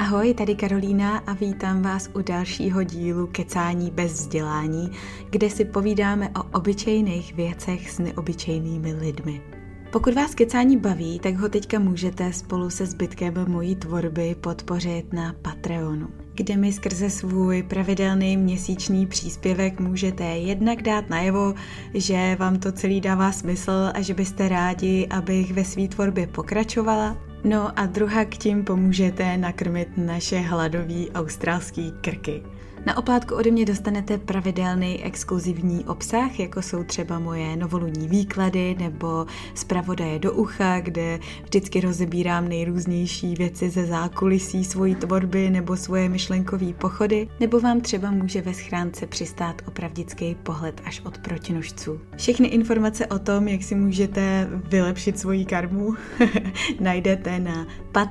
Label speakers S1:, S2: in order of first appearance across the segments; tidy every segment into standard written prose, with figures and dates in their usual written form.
S1: Ahoj, tady Karolína a vítám vás u dalšího dílu Kecání bez vzdělání, kde si povídáme o obyčejných věcech s neobyčejnými lidmi. Pokud vás kecání baví, tak ho teďka můžete spolu se zbytkem mojí tvorby podpořit na Patreonu, kde mi skrze svůj pravidelný měsíční příspěvek můžete jednak dát najevo, že vám to celý dává smysl a že byste rádi, abych ve své tvorbě pokračovala. No a druhak tím pomůžete nakrmit naše hladový australský krky. Na oplátku ode mě dostanete pravidelný exkluzivní obsah, jako jsou třeba moje novoluní výklady nebo zpravodaje do ucha, kde vždycky rozebírám nejrůznější věci ze zákulisí svojí tvorby nebo svoje myšlenkové pochody, nebo vám třeba může ve schránce přistát opravdický pohled až od protinožců. Všechny informace o tom, jak si můžete vylepšit svoji karmu, najdete na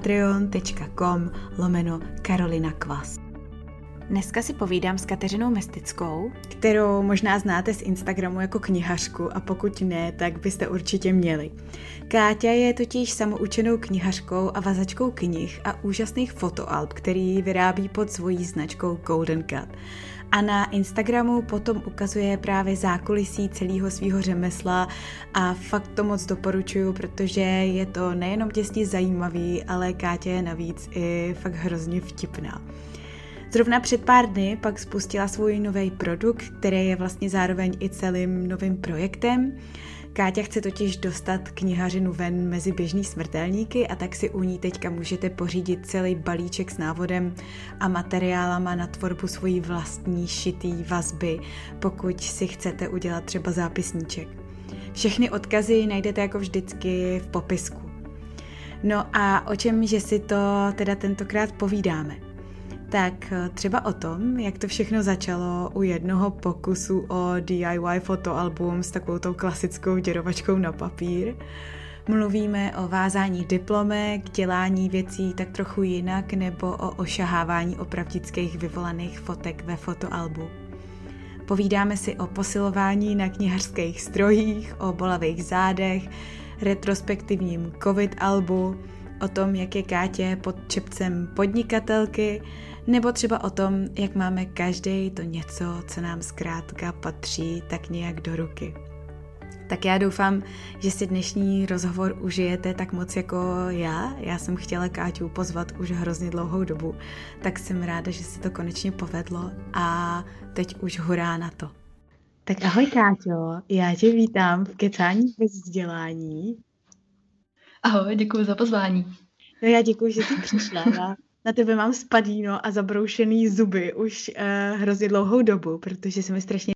S1: patreon.com/Karolina Kvas. Dneska si povídám s Kateřinou Mestickou, kterou možná znáte z Instagramu jako knihařku a pokud ne, tak byste určitě měli. Káťa je totiž samoučenou knihařkou a vazačkou knih a úžasných fotoalb, který vyrábí pod svojí značkou Golden Cut. A na Instagramu potom ukazuje právě zákulisí celého svého řemesla a fakt to moc doporučuju, protože je to nejenom těsně zajímavý, ale Káťa je navíc i fakt hrozně vtipná. Zrovna před pár dny pak spustila svůj nový produkt, který je vlastně zároveň i celým novým projektem. Káťa chce totiž dostat knihařinu ven mezi běžný smrtelníky a tak si u ní teďka můžete pořídit celý balíček s návodem a materiálama na tvorbu svojí vlastní šitý vazby, pokud si chcete udělat třeba zápisníček. Všechny odkazy najdete jako vždycky v popisku. No a o čem, že si to teda tentokrát povídáme? Tak třeba o tom, jak to všechno začalo u jednoho pokusu o DIY fotoalbum s takovou tou klasickou děrovačkou na papír. Mluvíme o vázání diplomek, dělání věcí tak trochu jinak nebo o ošahávání opravdických vyvolaných fotek ve fotoalbu. Povídáme si o posilování na knihařských strojích, o bolavých zádech, retrospektivním covid albu, o tom, jak je Kátě pod čepcem podnikatelky, nebo třeba o tom, jak máme každý to něco, co nám zkrátka patří tak nějak do ruky. Tak já doufám, že si dnešní rozhovor užijete tak moc jako já. Já jsem chtěla Káťu pozvat už hrozně dlouhou dobu, tak jsem ráda, že se to konečně povedlo a teď už hurá na to. Tak ahoj Káťo, já tě vítám v Kecání bez vzdělání.
S2: Ahoj, děkuji za pozvání.
S1: No já děkuji, že jsi přišla. Já na tebe mám spadíno a zabroušený zuby už hrozně dlouhou dobu, protože se mi strašně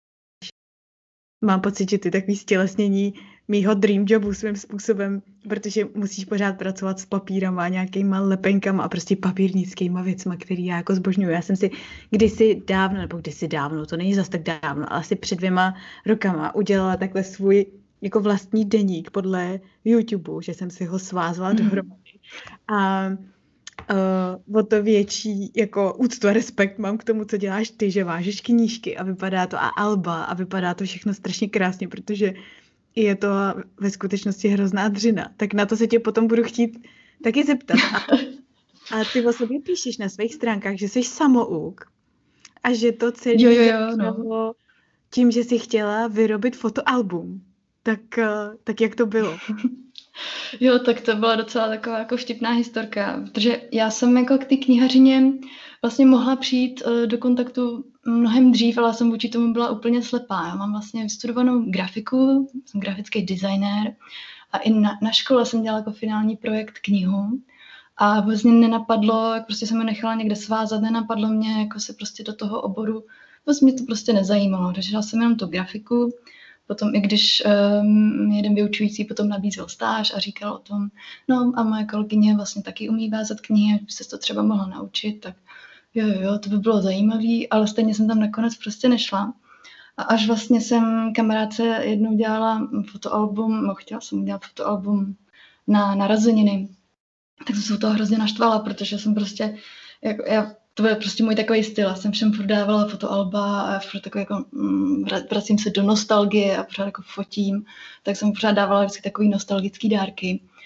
S1: mám pocit, že ty takový stělesnění mýho dream jobu svým způsobem, protože musíš pořád pracovat s papírama, nějakýma lepenkama a prostě papírnickýma věcma, který já jako zbožňuju. Já jsem si kdysi dávno, to není zas tak dávno, ale asi před 2 rokama udělala takhle svůj jako vlastní deník podle YouTube, že jsem si ho svázala dohromady. A o to větší jako úctu a respekt mám k tomu, co děláš ty, že vážeš knížky a vypadá to a alba a vypadá to všechno strašně krásně, protože je to ve skutečnosti hrozná dřina. Tak na to se tě potom budu chtít taky zeptat. A ty o sobě píšeš na svých stránkách, že jsi samouk a že to celé no. Tím, že jsi chtěla vyrobit fotoalbum. Tak jak to bylo?
S2: Jo, tak to byla docela taková jako vtipná historka, protože já jsem jako k té knihařině vlastně mohla přijít do kontaktu mnohem dřív, ale já jsem vůči tomu byla úplně slepá. Já mám vlastně vystudovanou grafiku, jsem grafický designér a i na škole jsem dělala jako finální projekt knihu a vlastně nenapadlo, jak prostě jsem ho nechala někde svázat, nenapadlo mě jako se prostě do toho oboru, vlastně mě to prostě nezajímalo, řešila jsem jenom tu grafiku. Potom i když jeden vyučující potom nabízel stáž a říkal o tom, no a moje kolegyně vlastně taky umí vázat knihy, by se to třeba mohla naučit, tak jo, to by bylo zajímavý, ale stejně jsem tam nakonec prostě nešla. A až vlastně jsem kamarádce jednou dělala fotoalbum, chtěla jsem udělat fotoalbum na narozeniny, tak jsem se u toho hrozně naštvala, protože jsem prostě, to byl prostě můj takový styl. Já jsem všem prodávala fotoalba a furt takový jako, vracím se do nostalgie a pořád jako fotím, tak jsem pořád dávala vždycky takový nostalgický dárky.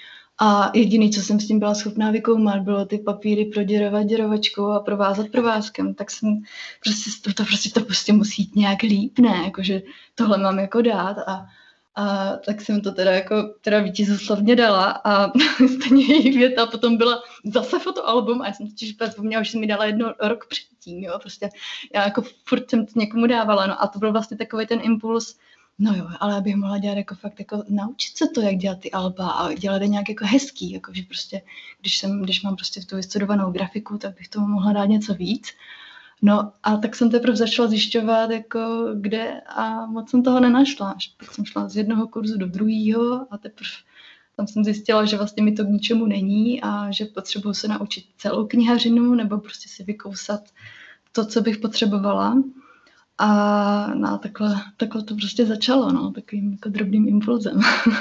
S2: A jediný, co jsem s tím byla schopná vykoumat, bylo ty papíry proděrovat děrovačkou a provázat provázkem, tak jsem to prostě musí jít nějak líp, ne, jakože tohle mám jako dát a tak jsem to teda vítězoslavně dala a stejně její věta potom byla zase fotoalbum a já jsem totiž vzpomněla, že jsem mi dala rok předtím, jo, prostě já jako furt jsem to někomu dávala, no a to byl vlastně takový ten impuls, no jo, ale abych mohla dělat jako fakt jako naučit se to, jak dělat ty alba a dělat je nějak jako hezký, jako že prostě, když mám prostě tu vystudovanou grafiku, tak bych tomu mohla dát něco víc. No a tak jsem teprve začala zjišťovat, jako kde a moc jsem toho nenašla. Pak jsem šla z jednoho kurzu do druhého a teprve tam jsem zjistila, že vlastně mi to k ničemu není a že potřebuju se naučit celou knihařinu nebo prostě si vykousat to, co bych potřebovala. A no, takhle to prostě začalo, no, takovým jako drobným impulzem.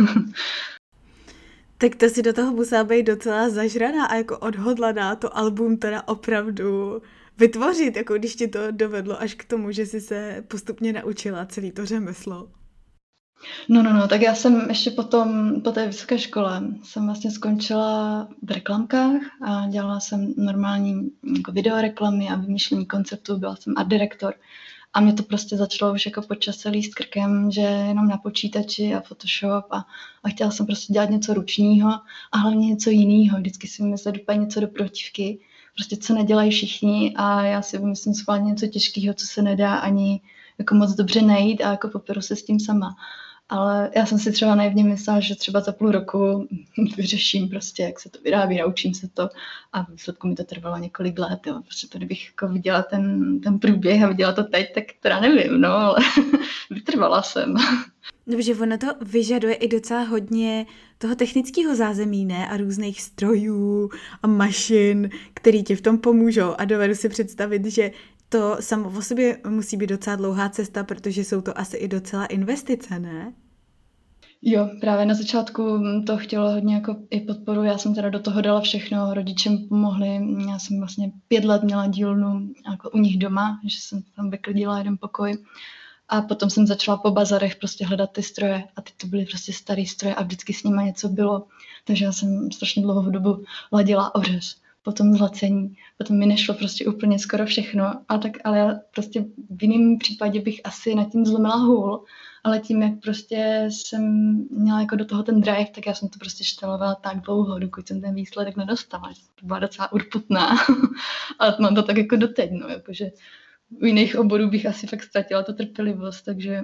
S1: Tak to si do toho musela být docela zažraná a jako odhodlaná to album teda opravdu vytvořit, jako když ti to dovedlo až k tomu, že jsi se postupně naučila celý to řemeslo.
S2: No, tak já jsem ještě po té vysoké škole jsem vlastně skončila v reklamkách a dělala jsem normální jako videoreklamy a vymýšlení konceptů, byla jsem art direktor. A mě to prostě začalo už jako po čase líst krkem, že jenom na počítači a Photoshop a chtěla jsem prostě dělat něco ručního a hlavně něco jiného. Vždycky si vymyslet úplně něco do protivky, prostě co nedělají všichni a já si vymyslím schválně něco těžkého, co se nedá ani jako moc dobře najít a jako poperu se s tím sama. Ale já jsem si třeba naivně myslela, že třeba za půl roku vyřeším prostě, jak se to vyrábí, naučím se to a v výsledku mi to trvalo několik let. Jo. Prostě to, kdybych jako viděla ten průběh a viděla to teď, tak teda nevím, no, ale vytrvala jsem.
S1: Dobře, ono to vyžaduje i docela hodně toho technického zázemí, ne? A různých strojů a mašin, který ti v tom pomůžou a dovedu si představit, že to samo o sobě musí být docela dlouhá cesta, protože jsou to asi i docela investice, ne?
S2: Jo, právě na začátku to chtělo hodně jako i podporu. Já jsem teda do toho dala všechno, rodiče mi pomohli. Já jsem vlastně 5 let měla dílnu jako u nich doma, že jsem tam vyklidila jeden pokoj. A potom jsem začala po bazarech prostě hledat ty stroje a ty to byly prostě starý stroje a vždycky s nimi něco bylo. Takže já jsem strašně dlouhou dobu ladila ořez, potom zlacení, potom mi nešlo prostě úplně skoro všechno. Ale já prostě v jiném případě bych asi nad tím zlomila hůl, ale tím, jak prostě jsem měla jako do toho ten drive, tak já jsem to prostě štelovala tak dlouho, dokud jsem ten výsledek nedostala. To byla docela urputná, ale mám to tak jako doteď, no, jakože u jiných oborů bych asi fakt ztratila tu trpělivost, takže...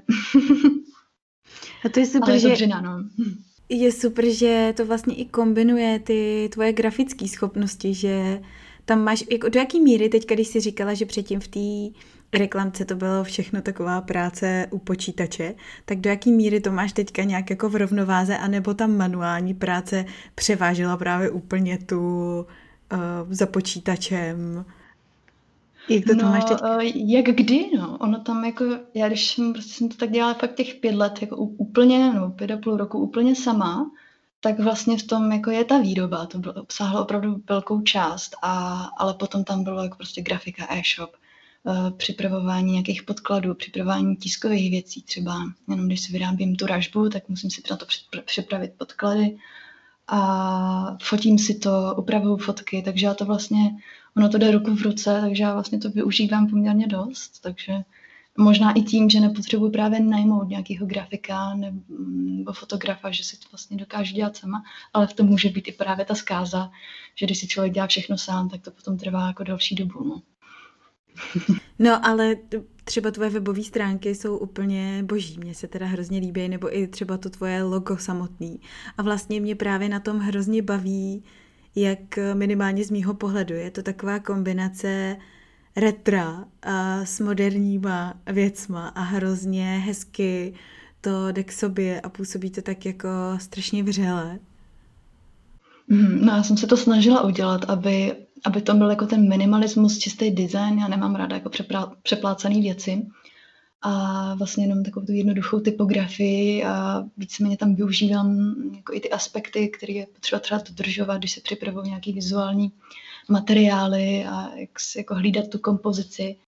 S1: A to je super,
S2: ale
S1: že...
S2: dobřina, no.
S1: Je super, že to vlastně i kombinuje ty tvoje grafické schopnosti, že tam máš, jako do jaký míry teď, když jsi říkala, že předtím v té reklamce to bylo všechno taková práce u počítače, tak do jaký míry to máš teďka nějak jako v rovnováze, anebo ta manuální práce převážela právě úplně tu za počítačem? Jak to tam máš teď?
S2: Jak kdy, no. Ono tam jako, já když jsem to tak dělala fakt těch 5 let, jako úplně, nebo 5,5 roku úplně sama, tak vlastně v tom jako je ta výroba, to obsáhlo opravdu velkou část, ale potom tam bylo jako prostě grafika, e-shop, připravování nějakých podkladů, připravování tiskových věcí třeba, jenom když si vyrábím tu ražbu, tak musím si na to připravit podklady a fotím si to, upravuju fotky, takže já to vlastně, ono to jde ruku v ruce, takže já vlastně to využívám poměrně dost, takže možná i tím, že nepotřebuji právě najmout nějakého grafika nebo fotografa, že si to vlastně dokážu dělat sama, ale v tom může být i právě ta zkáza, že když si člověk dělá všechno sám, tak to potom trvá jako další dobu. No.
S1: No, ale třeba tvoje webové stránky jsou úplně boží, mně se teda hrozně líbí, nebo i třeba to tvoje logo samotný. A vlastně mě právě na tom hrozně baví, jak minimálně z mýho pohledu je to taková kombinace retra a s moderníma věcma a hrozně hezky to jde k sobě a působí to tak jako strašně vřele.
S2: No, já jsem se to snažila udělat, aby to byl jako ten minimalismus, čistý design. Já nemám ráda jako přeplácané věci. A vlastně jenom takovou tu jednoduchou typografii a víceméně tam využívám jako i ty aspekty, které je potřeba třeba dodržovat, když se připravují nějaký vizuální materiály a jak si jako hlídat tu kompozici.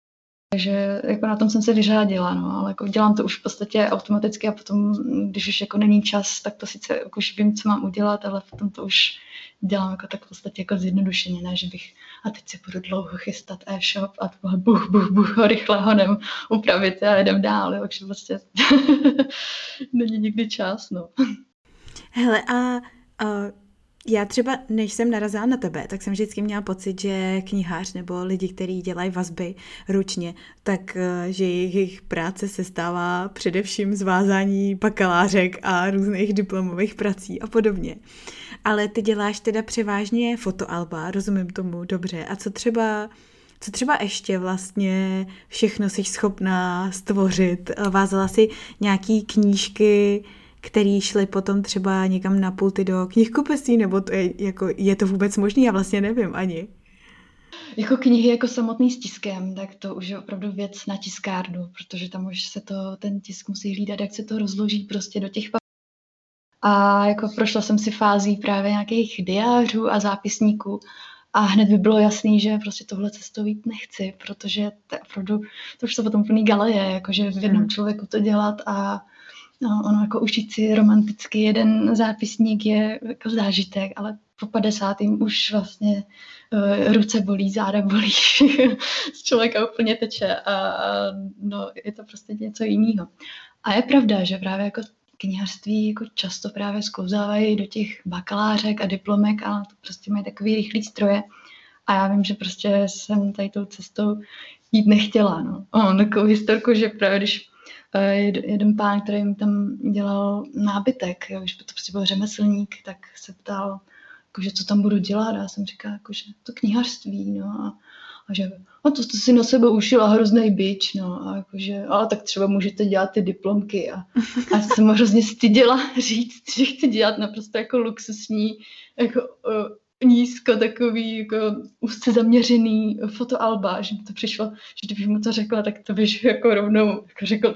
S2: Takže jako na tom jsem se vyřádila, no, ale jako dělám to už v podstatě automaticky a potom, když už jako není čas, tak to sice jako už vím, co mám udělat, ale potom to už dělám jako tak v podstatě jako zjednodušeně, ne, že bych a teď se budu dlouho chystat e-shop a tohle buch, rychle honem upravit a jdem dál, jo, takže vlastně není nikdy čas, no.
S1: Hele, a já třeba, než jsem narazila na tebe, tak jsem vždycky měla pocit, že knihář nebo lidi, kteří dělají vazby ručně, tak že jejich práce se stává především z vázání bakalářek a různých diplomových prací a podobně. Ale ty děláš teda převážně fotoalba, rozumím tomu dobře. A co třeba ještě vlastně všechno jsi schopná stvořit? Vázala si nějaký knížky, který šly potom třeba někam na pulty do knihkupectví, nebo je to vůbec možný? Já vlastně nevím ani.
S2: Jako knihy jako samotný s tiskem, tak to už je opravdu věc na tiskárnu, protože tam už se ten tisk musí hlídat, jak se to rozloží prostě do těch papírů. A jako prošla jsem si fází právě nějakých diářů a zápisníků a hned by bylo jasný, že prostě tohle cestou jít nechci, protože to opravdu, to už jsou potom plný galeje, jakože v jednom člověku to dělat a no, ono jako učit si romanticky jeden zápisník je jako zážitek, ale po 50. už vlastně ruce bolí, záda bolí, z člověka úplně teče a no, je to prostě něco jiného. A je pravda, že právě jako knihařství jako často právě sklouzávají do těch bakalářek a diplomek a to prostě mají takový rychlý stroje. A já vím, že prostě jsem tady tou cestou jít nechtěla. No. Mám takovou historku, že právě když jeden pán, který mi tam dělal nábytek, jo, když to prostě byl řemeslník, tak se ptal, jakože, co tam budu dělat. A já jsem říkala, jakože, to knihařství. No. A že to jste si na sebe ušila hrozný bič, no, a jakože, tak třeba můžete dělat ty diplomky a jsem hrozně styděla říct, že chci dělat naprosto jako luxusní, jako nízko takový, jako úzce zaměřený fotoalba, že mi to přišlo, že kdybych mu to řekla, tak to bych jako rovnou jako řekl,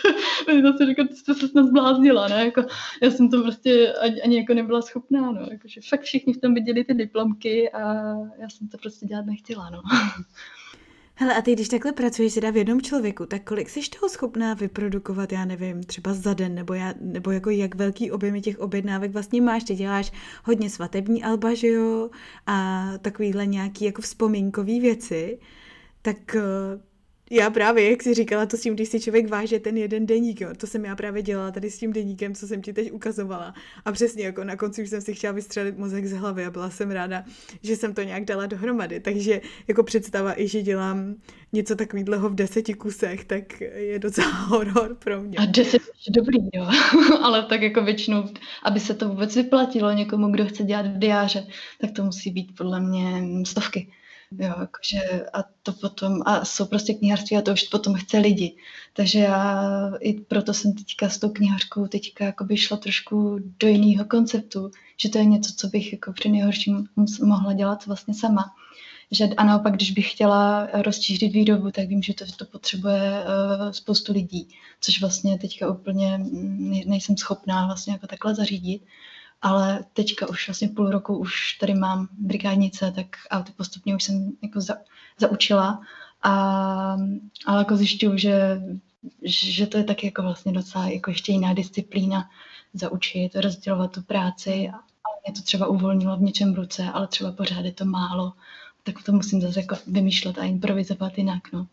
S2: ty jste se snad zbláznila, ne, jako, já jsem to prostě ani jako nebyla schopná, no, jakože fakt všichni v tom viděli ty diplomky a já jsem to prostě dělat nechtěla, no.
S1: Hele, a ty, když takhle pracuješ teda v jednom člověku, tak kolik jsi toho schopná vyprodukovat, já nevím, třeba za den, nebo jako jak velký objemy těch objednávek vlastně máš? Ty děláš hodně svatební alba, že jo? A takovýhle nějaký jako vzpomínkový věci. Tak já právě, jak jsi říkala, to s tím, když si člověk váže ten jeden deník, jo, to jsem já právě dělala tady s tím deníkem, co jsem ti teď ukazovala. A přesně jako na konci už jsem si chtěla vystřelit mozek z hlavy a byla jsem ráda, že jsem to nějak dala dohromady. Takže jako představa i, že dělám něco takového v 10 kusech, tak je docela horor pro mě.
S2: A 10 je dobrý, jo. Ale tak jako většinou, aby se to vůbec vyplatilo někomu, kdo chce dělat diáře, tak to musí být podle mě stovky. Jo, jakože a to potom, a jsou prostě knihařství a to už potom chce lidi. Takže já i proto jsem teďka s tou knihařkou teďka jakoby šla trošku do jiného konceptu, že to je něco, co bych jako při nejhorším mohla dělat vlastně sama. Že, a naopak, když bych chtěla rozšířit výrobu, tak vím, že to potřebuje spoustu lidí, což vlastně teďka úplně nejsem schopná vlastně jako takhle zařídit. Ale teďka už vlastně půl roku už tady mám brigádnice, tak a to postupně už jsem jako zaučila ale jako zjišťuju, že to je taky jako vlastně docela jako ještě jiná disciplína zaučit, rozdělovat tu práci a mě to třeba uvolnilo v něčem v ruce, ale třeba pořád je to málo, tak to musím zase jako vymýšlet a improvizovat jinak, no.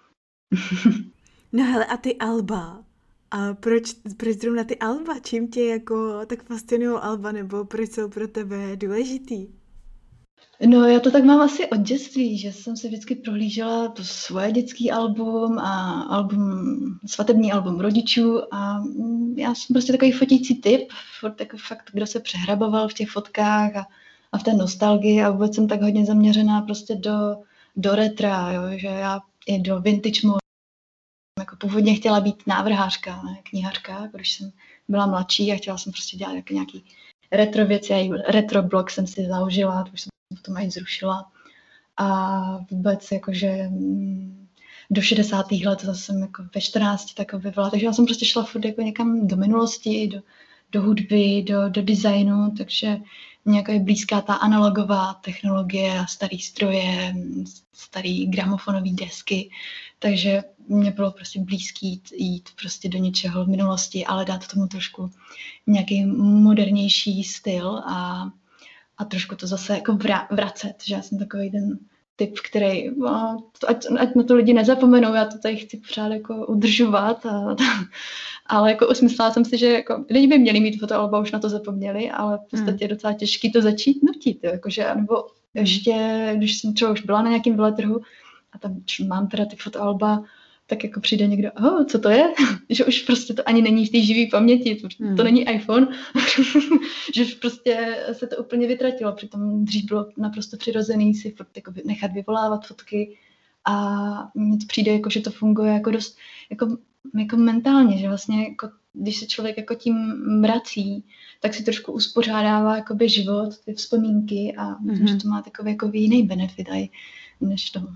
S1: No hele, a ty alba? A proč zrovna ty alba? Čím tě jako tak fascinují alba, nebo proč jsou pro tebe důležitý?
S2: No já to tak mám asi od dětství, že jsem si vždycky prohlížela to svoje dětský album a svatební album rodičů a já jsem prostě takový fotící typ, takový fakt, kdo se přehraboval v těch fotkách a v té nostalgii a vůbec jsem tak hodně zaměřená prostě do retra, jo, že já i do vintage mode. Jako původně chtěla být návrhářka, ne knihařka, když jsem byla mladší a chtěla jsem prostě dělat nějaký retro věci, a retro blog jsem si založila, to už jsem potom i zrušila. A vůbec jakože do 60. let to jsem jako ve 14 tak objevila, takže já jsem prostě šla furt jako někam do minulosti, do hudby, do designu, takže nějaká je blízká ta analogová technologie a starý stroje, starý gramofonové desky, takže mě bylo prostě blízký jít prostě do něčeho v minulosti, ale dát tomu trošku nějaký modernější styl a trošku to zase jako vracet, že já jsem takový ten typ, který, ať na to lidi nezapomenou, já to tady chci pořád jako udržovat, ale jako usmyslela jsem si, že jako lidi by měli mít fotoalba, už na to zapomněli, ale v podstatě je docela těžký to začít nutit, jakože, nebo ještě, když jsem třeba už byla na nějakém veletrhu a tam mám teda ty fotoalba, tak jako přijde někdo, co to je? Že už prostě to ani není v té živý paměti, to není iPhone, že už prostě se to úplně vytratilo, přitom dřív bylo naprosto přirozený si jako nechat vyvolávat fotky a mně to přijde, jako, že to funguje jako dost jako mentálně, že vlastně jako, když se člověk jako tím vrací, tak si trošku uspořádává jakoby život, ty vzpomínky a myslím, že to má takový jako jiný benefit než to.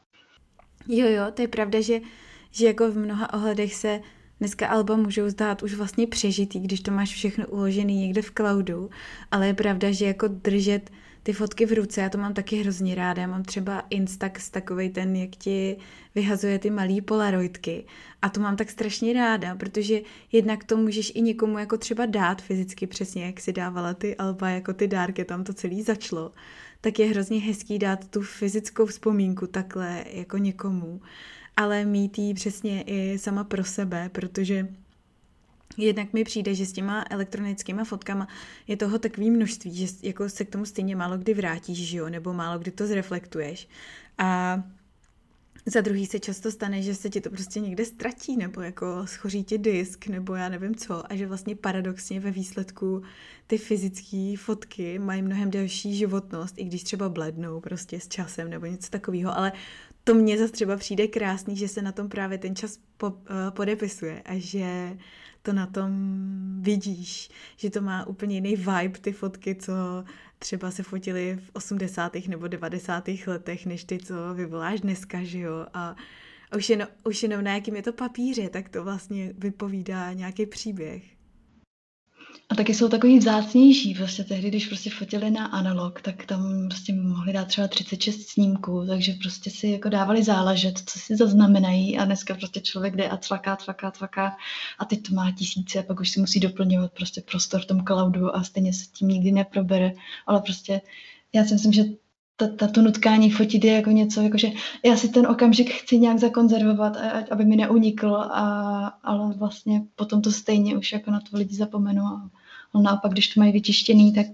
S1: Jo, to je pravda, že jako v mnoha ohledech se dneska alba můžou zdát už vlastně přežitý, když to máš všechno uložený někde v cloudu, ale je pravda, že jako držet ty fotky v ruce, já to mám taky hrozně ráda, já mám třeba Instax takovej ten, jak ti vyhazuje ty malý polaroidky a to mám tak strašně ráda, protože jednak to můžeš i někomu jako třeba dát fyzicky přesně, jak si dávala ty alba, jako ty dárky, tam to celý začalo, tak je hrozně hezký dát tu fyzickou vzpomínku takhle jako někomu, ale mít ji přesně i sama pro sebe, protože jednak mi přijde, že s těma elektronickýma fotkama je toho takový množství, že jako se k tomu stejně málo kdy vrátíš, že jo? Nebo málo kdy to zreflektuješ. A za druhý se často stane, že se ti to prostě někde ztratí, nebo jako schoří ti disk, nebo já nevím co, a že vlastně paradoxně ve výsledku ty fyzické fotky mají mnohem delší životnost, i když třeba blednou prostě s časem, nebo něco takového, ale to mně zase třeba přijde krásný, že se na tom právě ten čas podepisuje a že to na tom vidíš, že to má úplně jiný vibe, ty fotky, co třeba se fotily v 80. nebo 90. letech, než ty, co vyvoláš dneska, že jo, a už jenom na jakým je to papíře, tak to vlastně vypovídá nějaký příběh.
S2: A taky jsou takový vzácnější, prostě tehdy, když prostě fotili na analog, tak tam prostě mohli dát třeba 36 snímků, takže prostě si jako dávali záležet, co si zaznamenají a dneska prostě člověk jde a cvaká a teď to má tisíce a pak už si musí doplňovat prostě prostor v tom cloudu a stejně se tím nikdy neprobere, ale prostě já si myslím, že to nutkání fotit je jako něco, jakože já si ten okamžik chci nějak zakonzervovat, aby mi neunikl, ale vlastně potom to stejně už jako na to lidi zapomenu. Ale naopak, když to mají vytištěný, tak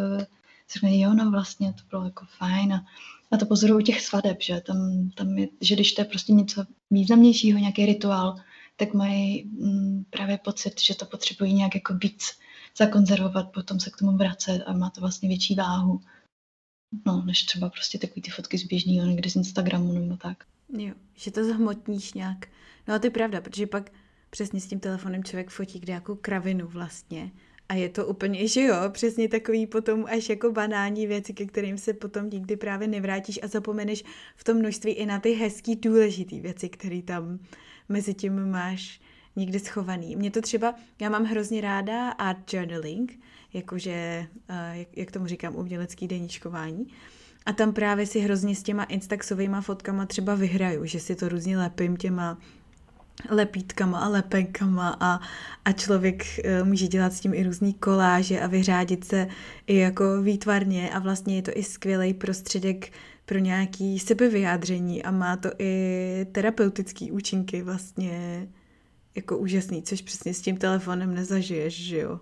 S2: si říkají, jo, no vlastně to bylo jako fajn. A to pozoruju u těch svadeb, že tam je, že když to je prostě něco významnějšího, nějaký rituál, tak mají právě pocit, že to potřebují nějak jako víc zakonzervovat, potom se k tomu vracet a má to vlastně větší váhu. No, než třeba prostě takový ty fotky z běžného někde z Instagramu nebo tak.
S1: Jo, že to zhmotníš nějak. No a to je pravda, protože pak přesně s tím telefonem člověk fotí kde jako kravinu vlastně. A je to úplně, že jo, přesně takový potom až jako banální věci, ke kterým se potom nikdy právě nevrátíš a zapomeneš v tom množství i na ty hezký, důležitý věci, které tam mezi tím máš někde schovaný. Mě to třeba, já mám hrozně ráda art journaling, jakože, jak tomu říkám, umělecký deníčkování. A tam právě si hrozně s těma instaxovejma fotkama třeba vyhraju, že si to různě lepím těma lepítkama a lepenkama a člověk může dělat s tím i různý koláže a vyřádit se i jako výtvarně a vlastně je to i skvělý prostředek pro nějaký sebevyjádření a má to i terapeutický účinky vlastně jako úžasný, což přesně s tím telefonem nezažiješ, že jo?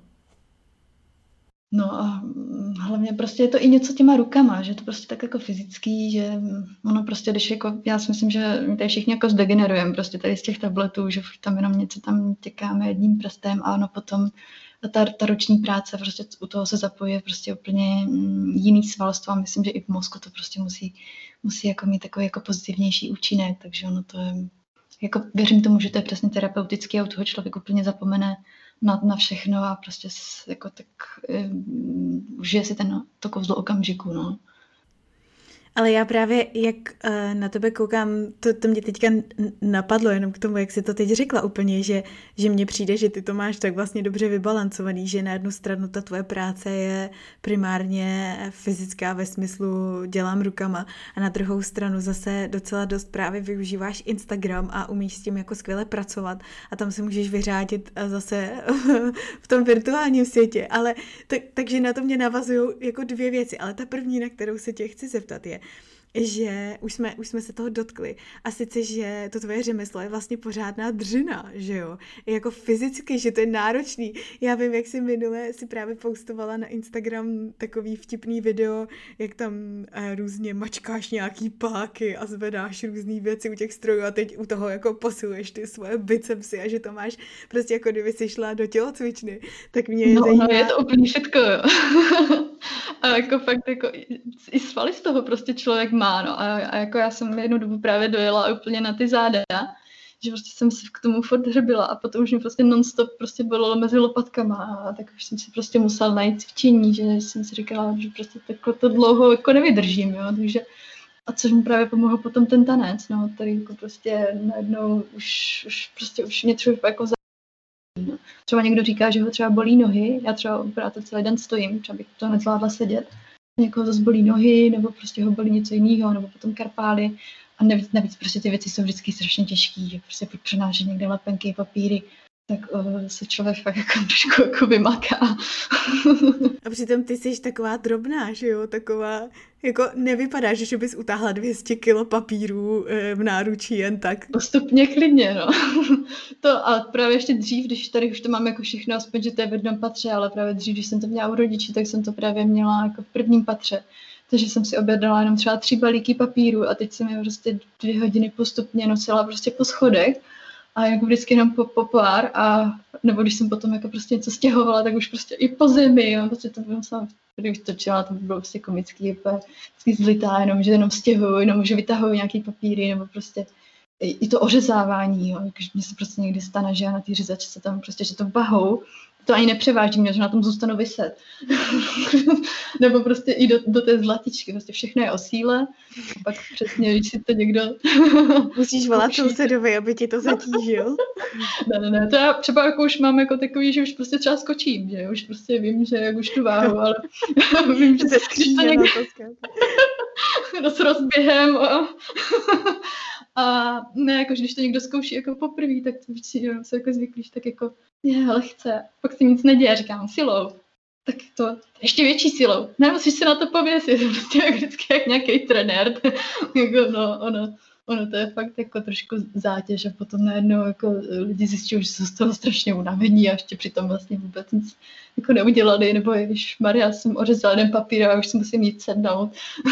S2: No a hlavně prostě je to i něco těma rukama, že to prostě tak jako fyzický, že ono prostě, když jako, já si myslím, že my tady všichni jako zdegenerujeme prostě tady z těch tabletů, že tam jenom něco tam těkáme jedním prstem a ono potom ta ruční práce, prostě u toho se zapojí prostě úplně jiný svalstvo a myslím, že i v mozku to prostě musí jako mít takový jako pozitivnější účinek, takže ono to je, jako věřím tomu, že to je přesně terapeutický a u toho člověk úplně zapomene na všechno a prostě jako tak užije si to kouzlo okamžiku, no.
S1: Ale já právě, jak na tebe koukám, to mě teďka napadlo jenom k tomu, jak jsi to teď řekla úplně, že mně přijde, že ty to máš tak vlastně dobře vybalancovaný, že na jednu stranu ta tvoje práce je primárně fyzická ve smyslu dělám rukama a na druhou stranu zase docela dost právě využíváš Instagram a umíš s tím jako skvěle pracovat a tam se můžeš vyřádit zase v tom virtuálním světě, ale takže na to mě navazují jako dvě věci, ale ta první, na kterou se tě chci zeptat je, že už jsme se toho dotkli a sice, že to tvoje řemeslo je vlastně pořádná dřina, že jo, I jako fyzicky, že to je náročný. Já vím, jak jsi minule si právě postovala na Instagram takový vtipný video, jak tam různě mačkáš nějaký páky a zvedáš různý věci u těch strojů a teď u toho jako posiluješ ty svoje bicepsy a že to máš prostě jako kdyby jsi šla do tělocvičny, tak mě zajímá...
S2: No, je to úplně všetko, jo. A jako fakt jako i svaly z toho prostě člověk má, no. A jako já jsem jednu dobu právě dojela úplně na ty záda, že prostě jsem si k tomu furt hřebila a potom už mě prostě non-stop prostě bolelo mezi lopatkama a tak už jsem si prostě musela najít cvičení, že jsem si říkala, že prostě to dlouho jako nevydržím, jo, takže a což mi právě pomohl potom ten tanec, no, který jako prostě najednou už mě třeba jako no. Třeba někdo říká, že ho třeba bolí nohy, já třeba opravdu celý den stojím, třeba bych to nezvládla sedět, někoho zase bolí nohy, nebo prostě ho bolí něco jiného, nebo potom karpály a navíc prostě ty věci jsou vždycky strašně těžký, že prostě pokud přenáší někde lepenky, papíry, tak se člověk fakt jako trošku jako vymaká.
S1: A přitom ty jsi taková drobná, že jo, taková, jako nevypadáš, že bys utáhla 200 kilo papíru v náručí jen tak.
S2: Postupně klidně, no. To a právě ještě dřív, když tady už to mám jako všechno, aspoň, že to je v jednom patře, ale právě dřív, když jsem to měla u rodičů, tak jsem to právě měla jako v prvním patře. Takže jsem si objednala jenom třeba 3 balíky papíru a teď jsem je prostě 2 hodiny postupně nosila prostě po schodech a jako vždycky jenom po pár a nebo když jsem potom jako prostě něco stěhovala, tak už prostě i po zemi, jo, prostě to bylo sama, když točila, to bylo prostě komický, vždycky zlitá, jenom, že jenom stěhuju, jenom, že vytahuju nějaký papíry, nebo prostě i to ořezávání, jo, když mě se prostě někdy stane, že já na té řezačce tam prostě, že to bahou, to ani nepřevážím, že na tom zůstanu viset. Nebo prostě i do té zlatičky, prostě všechno je o síle. A pak přesně, když si to někdo...
S1: Musíš volat sousedovi, aby ti to zatížil.
S2: Ne, to já třeba jako už mám jako takový, že už prostě třeba skočím, že už prostě vím, že jak už tu váhu, ale vím, že
S1: se
S2: to někdo... s rozběhem a ne, jako když to někdo zkouší jako poprvé, tak to vždycky se jako zvyklíš, tak jako je lehce, pak se nic neděje, říkám silou, tak to ještě větší silou, ne, musíš se na to pověsit, prostě jak vždycky jak nějaký trenér, jako no, ono to je fakt jako trošku zátěž a potom najednou jako lidi zjistí, že jsou z toho strašně unavení a ještě přitom vlastně vůbec nic jako neudělali, nebo když Maria jsem ořezala jeden papír a už si musím jít sednout.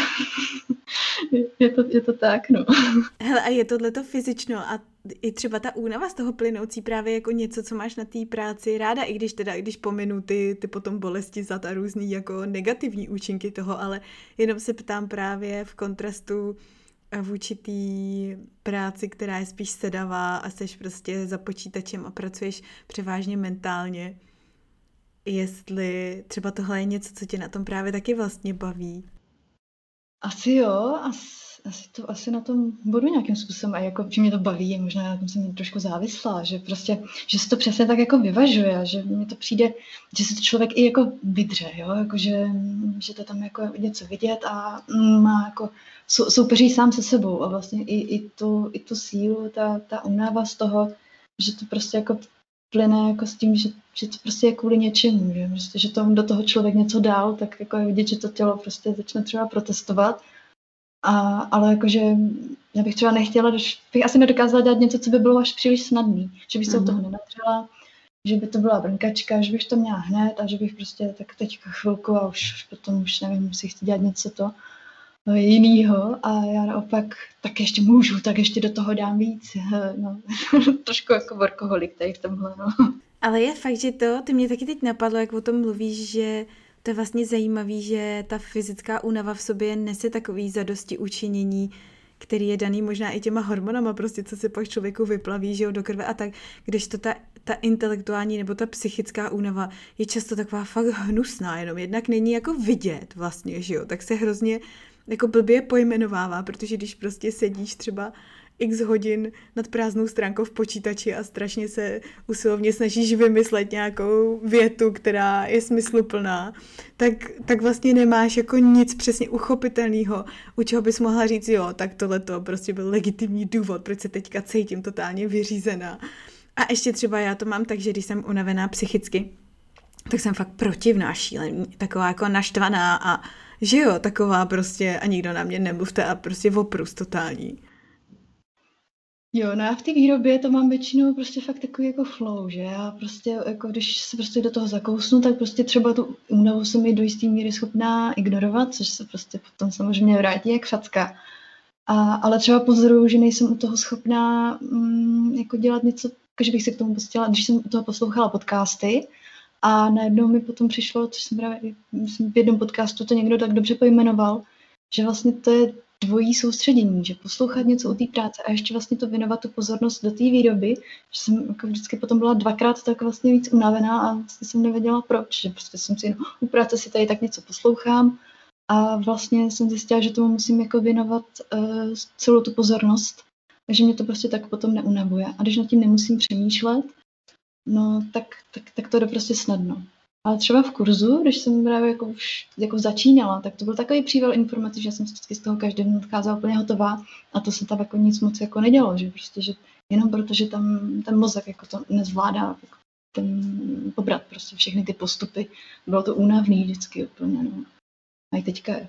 S2: je to tak, no.
S1: Hele, a je tohleto fyzično a i třeba ta únava z toho plynoucí právě jako něco, co máš na té práci ráda, i když pominu ty potom bolesti za ta různý jako negativní účinky toho, ale jenom se ptám právě v kontrastu vůči té práci, která je spíš sedavá a seš prostě za počítačem a pracuješ převážně mentálně. Jestli třeba tohle je něco, co tě na tom právě taky vlastně baví.
S2: Asi jo, asi na tom budu nějakým způsobem a jako, že mě to baví, možná na tom jsem trošku závislá, že prostě, že se to přesně tak jako vyvažuje, že mně to přijde, že se to člověk i jako vydře, jo, jako že to tam jako něco vidět a má jako soupeří sám se sebou a vlastně i tu sílu, ta únava z toho, že to prostě jako plyne jako s tím, že to prostě je kvůli něčemu, že, prostě, že to do toho člověk něco dal, tak jako je vidět, že to tělo prostě začne třeba protestovat. Ale jakože já bych třeba nechtěla, bych asi nedokázala dělat něco, co by bylo až příliš snadný, že bych se u toho nenadřela, že by to byla brnkačka, že bych to měla hned a že bych prostě tak teďka chvilku a už potom už nevím, si chci dělat něco to jinýho a já naopak tak ještě můžu, tak ještě do toho dám víc, no, trošku jako workoholik tady v tomhle, no.
S1: Ale je fakt, že ty mě taky teď napadlo, jak o tom mluvíš, že to je vlastně zajímavý, že ta fyzická únava v sobě nese takový zadosti učinění, který je daný možná i těma hormonama, prostě co se pak člověku vyplaví, že jo, do krve a tak, kdežto ta intelektuální nebo ta psychická únava je často taková fakt hnusná, jenom jednak není jako vidět vlastně, že jo, tak se hrozně jako blbě pojmenovává, protože když prostě sedíš třeba x hodin nad prázdnou stránkou v počítači a strašně se usilovně snažíš vymyslet nějakou větu, která je smysluplná, tak vlastně nemáš jako nic přesně uchopitelného, u čeho bys mohla říct, jo, tak tohleto prostě byl legitimní důvod, proč se teďka cítím totálně vyřízená. A ještě třeba já to mám tak, že když jsem unavená psychicky, tak jsem fakt protivná, šílený, taková jako naštvaná a že jo, taková prostě a nikdo na mě nemluvte a prostě oprus totální.
S2: Jo, no já v té výrobě to mám většinou prostě fakt takový jako flow, že já prostě jako když se prostě do toho zakousnu, tak prostě třeba tu únavu jsem mi do jistý míry schopná ignorovat, což se prostě potom samozřejmě vrátí jak facka. Ale třeba pozoruju, že nejsem u toho schopná jako dělat něco, že bych se k tomu pustila, když jsem u toho poslouchala podcasty a najednou mi potom přišlo, což jsem právě v jednom podcastu to někdo tak dobře pojmenoval, že vlastně to je dvojí soustředění, že poslouchat něco u té práce a ještě vlastně to věnovat tu pozornost do té výroby, že jsem jako vždycky potom byla dvakrát tak vlastně víc unavená a vlastně jsem nevěděla proč, že prostě jsem si u práce si tady tak něco poslouchám a vlastně jsem zjistila, že tomu musím jako věnovat celou tu pozornost, takže mě to prostě tak potom neunavuje. A když nad tím nemusím přemýšlet, no tak to jde prostě snadno. Ale třeba v kurzu, když jsem právě jako už jako začínala, tak to byl takový příval informací, že jsem vždycky z toho každý den odcházela úplně hotová a to se tam jako nic moc jako nedělo, že prostě, že jenom protože tam ten mozek jako to nezvládá jako ten pobrat prostě všechny ty postupy. Bylo to únavný vždycky úplně, no. A i teďka je.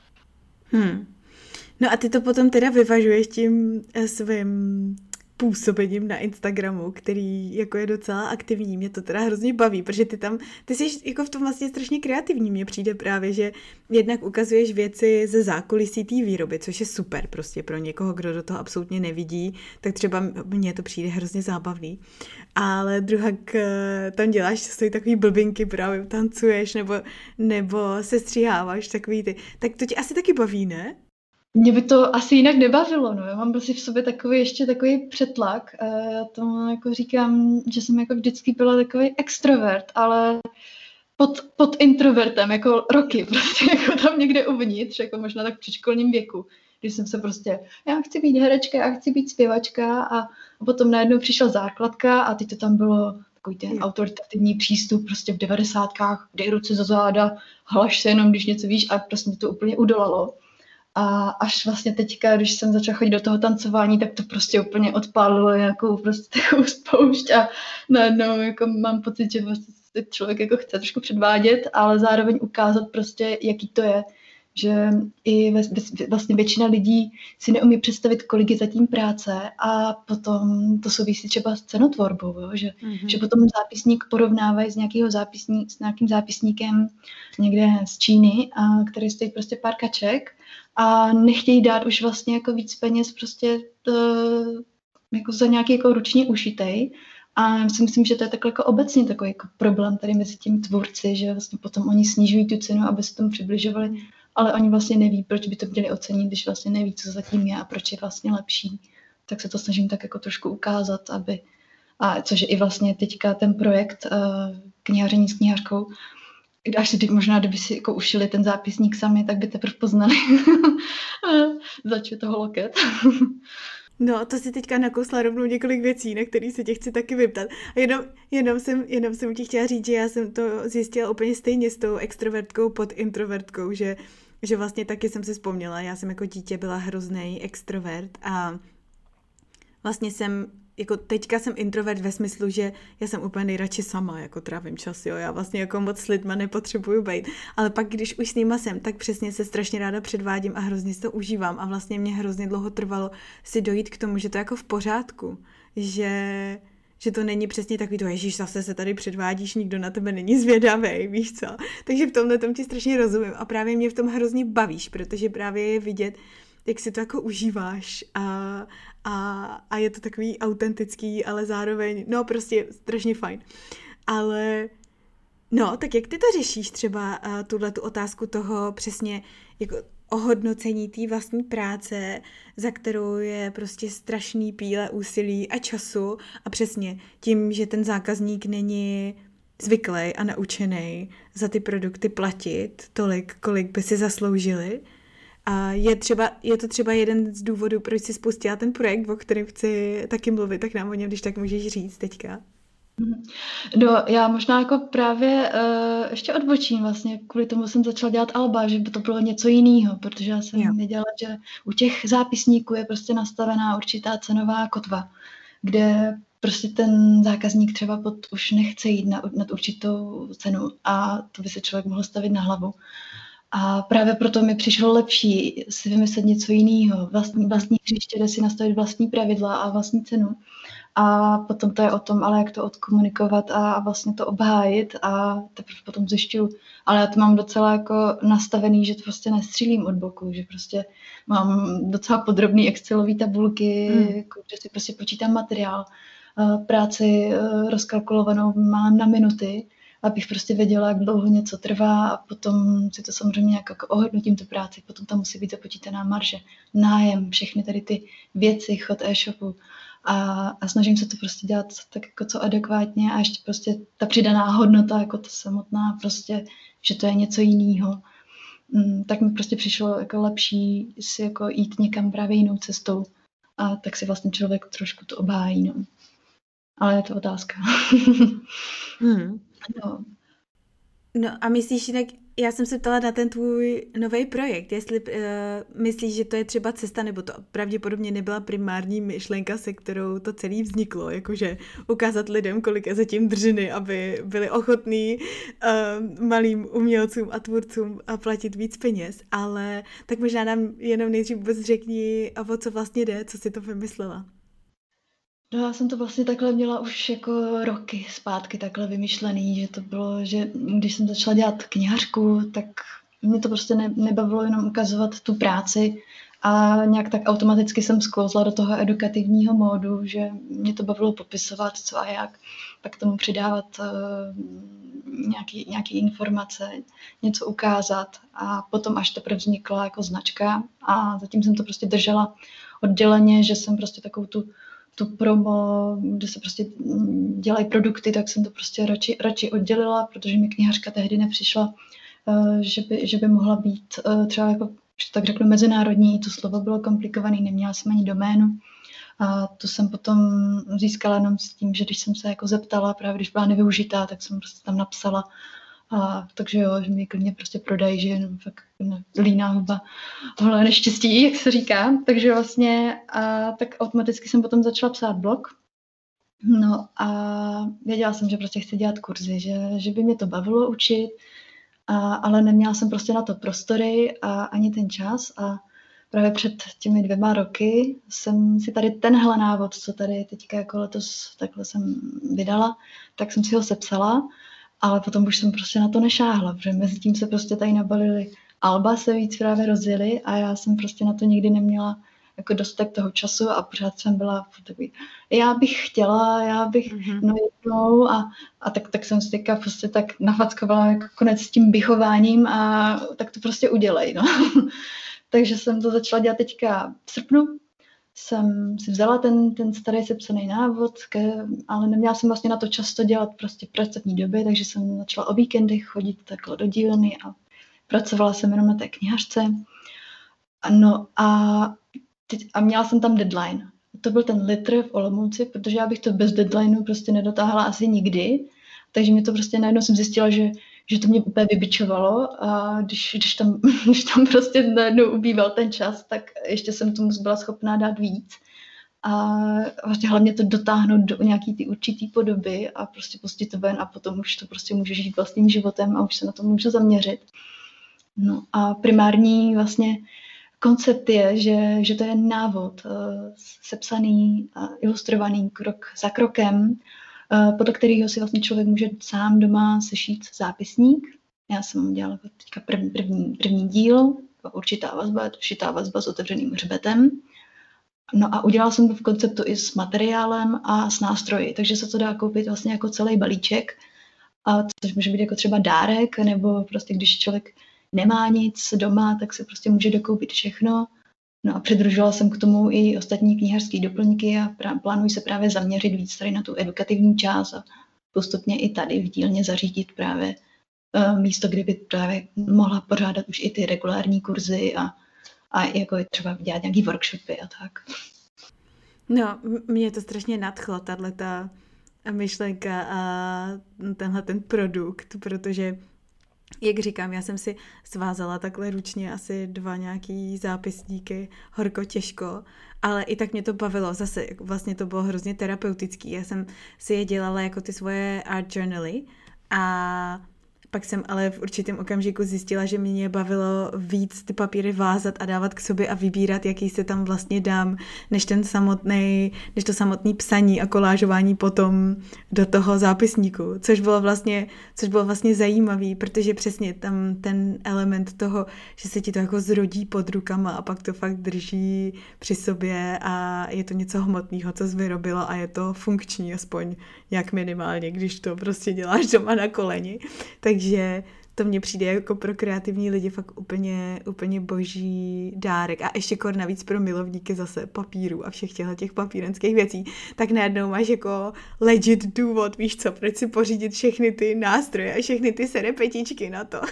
S1: No a ty to potom teda vyvažuješ tím svým působením na Instagramu, který jako je docela aktivní. Mě to teda hrozně baví, protože ty jsi jako v tom vlastně strašně kreativní. Mně přijde právě, že jednak ukazuješ věci ze zákulisí té výroby, což je super prostě pro někoho, kdo do toho absolutně nevidí, tak třeba mně to přijde hrozně zábavný. Ale druhak tam děláš stojí takový blbinky, právě tancuješ nebo se stříháváš takový ty. Tak to tě asi taky baví, ne?
S2: Mě by to asi jinak nebavilo, no. Já mám prostě v sobě takový přetlak. Já tomu jako říkám, že jsem jako vždycky byla takový extrovert, ale pod introvertem, jako roky, prostě jako tam někde uvnitř, jako možná tak v předškolním věku, když jsem se prostě, já chci být herečka, já chci být zpěvačka a potom najednou přišla základka a teď to tam bylo takový ten autoritativní přístup prostě v 90kách, dej ruce za záda, hlaš se jenom, když něco víš a prostě mě to úplně udolalo. A až vlastně teďka, když jsem začala chodit do toho tancování, tak to prostě úplně odpálilo nějakou prostě takovou spoušť a najednou jako mám pocit, že vlastně člověk jako chce trošku předvádět, ale zároveň ukázat prostě, jaký to je, že i vlastně většina lidí si neumí představit, kolik je zatím práce a potom to souvisí třeba s cenotvorbou, jo? Že potom zápisník porovnávají s nějakým zápisníkem někde z Číny, který stojí prostě pár kaček a nechtějí dát už vlastně jako víc peněz prostě jako za nějaký jako ručně ušitej. A já si myslím, že to je takhle jako obecně takový jako problém tady mezi těmi tvůrci, že vlastně potom oni snižují tu cenu, aby se tomu přibližovali, ale oni vlastně neví, proč by to měli ocenit, když vlastně neví, co zatím je a proč je vlastně lepší. Tak se to snažím tak jako trošku ukázat, což je i vlastně teďka ten projekt knihaření s knihařkou, až si možná, kdyby si jako ušili ten zápisník sami, tak by teprve poznali. Začne toho loket.
S1: No, to si teďka nakousla rovnou několik věcí, na který se tě chci taky vyptat. A jenom jsem ti chtěla říct, že já jsem to zjistila úplně stejně s tou extrovertkou pod introvertkou, že vlastně taky jsem si vzpomněla, já jsem jako dítě byla hrozný extrovert a vlastně jako teďka jsem introvert ve smyslu, že já jsem úplně nejradši sama, jako trávím čas, jo, já vlastně jako moc s lidma nepotřebuju být, ale pak když už s nima jsem, tak přesně se strašně ráda předvádím a hrozně si to užívám a vlastně mě hrozně dlouho trvalo si dojít k tomu, že to je jako v pořádku, že to není přesně takový to, ježíš, zase se tady předvádíš, nikdo na tebe není zvědavej, víš co, takže v tomhle tom ti strašně rozumím a právě mě v tom hrozně bavíš, protože právě je vidět, jak si to jako užíváš a je to takový autentický, ale zároveň, no prostě strašně fajn. Ale no, tak jak ty to řešíš třeba tuhletu otázku toho přesně jako ohodnocení té vlastní práce, za kterou je prostě strašný píle úsilí a času a přesně tím, že ten zákazník není zvyklý a naučený za ty produkty platit tolik, kolik by si zasloužili. A je to třeba jeden z důvodů, proč jsi spustila ten projekt, o kterém chci taky mluvit, tak nám o něm, když tak můžeš říct teďka.
S2: No, já možná jako právě ještě odbočím vlastně, kvůli tomu jsem začala dělat alba, že by to bylo něco jiného, protože já jsem věděla, že u těch zápisníků je prostě nastavená určitá cenová kotva, kde prostě ten zákazník třeba už nechce jít nad určitou cenu a to by se člověk mohl stavit na hlavu. A právě proto mi přišlo lepší si vymyslet něco jiného, vlastní hřiště, kde si nastavit vlastní pravidla a vlastní cenu. A potom to je o tom, ale jak to odkomunikovat a vlastně to obhájit a teprve potom zjišťuju. Ale já to mám docela jako nastavený, že to prostě nestřílím od boku, že prostě mám docela podrobný excelový tabulky, kde si prostě počítám materiál, práci rozkalkulovanou mám na minuty, abych prostě věděla, jak dlouho něco trvá a potom si to samozřejmě nějak jako ohodnotím tu práci, potom tam musí být započítaná marže, nájem, všechny tady ty věci, chod e-shopu. A snažím se to prostě dělat tak jako co adekvátně a ještě prostě ta přidaná hodnota, jako ta samotná prostě, že to je něco jiného. Tak mi prostě přišlo jako lepší si jako jít někam právě jinou cestou a tak si vlastně člověk trošku to obhájí, no. Ale je to otázka.
S1: No a myslíš jinak, já jsem se ptala na ten tvůj nový projekt, jestli myslíš, že to je třeba cesta, nebo to pravděpodobně nebyla primární myšlenka, se kterou to celé vzniklo, jakože ukázat lidem, kolik je zatím dřiny, aby byli ochotní malým umělcům a tvůrcům a platit víc peněz, ale tak možná nám jenom nejdřív vůbec řekni, o co vlastně jde, co jsi to vymyslela.
S2: No, já jsem to vlastně takhle měla už jako roky zpátky takhle vymyšlený, že to bylo, že když jsem začala dělat knihařku, tak mě to prostě nebavilo jenom ukazovat tu práci a nějak tak automaticky jsem sklouzla do toho edukativního módu, že mě to bavilo popisovat co a jak, pak tomu přidávat nějaký informace, něco ukázat a potom až teprve vznikla jako značka a zatím jsem to prostě držela odděleně, že jsem prostě takovou tu promo, kde se prostě dělají produkty, tak jsem to prostě radši oddělila, protože mi knihařka tehdy nepřišla, že by mohla být třeba jako, že tak řeknu, mezinárodní, to slovo bylo komplikované, neměla jsem ani doménu. A to jsem potom získala jenom s tím, že když jsem se jako zeptala, právě když byla nevyužitá, tak jsem prostě tam napsala. A takže jo, že mi klidně prostě prodají, že jenom fakt líná huba, tohle neštěstí, jak se říká. Takže vlastně tak automaticky jsem potom začala psát blog. No a věděla jsem, že prostě chci dělat kurzy, že by mě to bavilo učit, ale neměla jsem prostě na to prostory a ani ten čas a právě před těmi 2 roky jsem si tady tenhle návod, co tady teďka jako letos takhle jsem vydala, tak jsem si ho sepsala. Ale potom už jsem prostě na to nešáhla, protože mezi tím se prostě tady nabalily alba, se víc právě rozjeli a já jsem prostě na to nikdy neměla jako dostatek toho času a pořád jsem byla takový, já bych chtěla, no jednou a tak jsem si teďka prostě tak nafackovala jako konec s tím bychováním a tak to prostě udělej, no. Takže jsem to začala dělat teďka v srpnu. Jsem si vzala ten starý sepsaný návod, ale neměla jsem vlastně na to často dělat prostě pracovní doby, takže jsem začala o víkendech chodit takhle do dílny a pracovala jsem jenom na té knihařce. No a měla jsem tam deadline. To byl ten litr v Olomouci, protože já bych to bez deadlineu prostě nedotáhla asi nikdy, takže mě to prostě najednou jsem zjistila, že to mě úplně vybičovalo a když tam prostě najednou ubýval ten čas, tak ještě jsem tomu byla schopná dát víc a vlastně hlavně to dotáhnout do nějaký ty určitý podoby a prostě pustit to ven a potom už to prostě může žít vlastním životem a už se na to může zaměřit. No a primární vlastně koncept je, že to je návod sepsaný a ilustrovaný krok za krokem, podle kterého si vlastně člověk může sám doma sešít zápisník. Já jsem dělala teďka první díl, určitá vazba, je to šitá vazba s otevřeným hřbetem. No a udělala jsem to v konceptu i s materiálem a s nástroji, takže se to dá koupit vlastně jako celý balíček, a což může být jako třeba dárek, nebo prostě když člověk nemá nic doma, tak se prostě může dokoupit všechno. No a přidružila jsem k tomu i ostatní knihařské doplňky a plánuji se právě zaměřit víc tady na tu edukativní část a postupně i tady v dílně zařídit právě místo, kde by právě mohla pořádat už i ty regulární kurzy a jako třeba dělat nějaký workshopy a tak.
S1: No, mě to strašně nadchlo, tato myšlenka a tenhle ten produkt, protože, jak říkám, já jsem si svázala takhle ručně asi 2 nějaký zápisníky, horko těžko, ale i tak mě to bavilo, zase vlastně to bylo hrozně terapeutický, já jsem si je dělala jako ty svoje art journaly a pak jsem ale v určitém okamžiku zjistila, že mě bavilo víc ty papíry vázat a dávat k sobě a vybírat, jaký se tam vlastně dám, než to samotné psaní a kolážování potom do toho zápisníku, což bylo vlastně zajímavý, protože přesně tam ten element toho, že se ti to jako zrodí pod rukama a pak to fakt drží při sobě a je to něco hmotného, co jsi vyrobila a je to funkční aspoň nějak minimálně, když to prostě děláš doma na koleni. Takže to mně přijde jako pro kreativní lidi fakt úplně boží dárek. A ještě navíc pro milovníky zase papíru a všech těch papírenských věcí. Tak najednou máš jako legit důvod, víš co, proč si pořídit všechny ty nástroje a všechny ty serepetičky na to.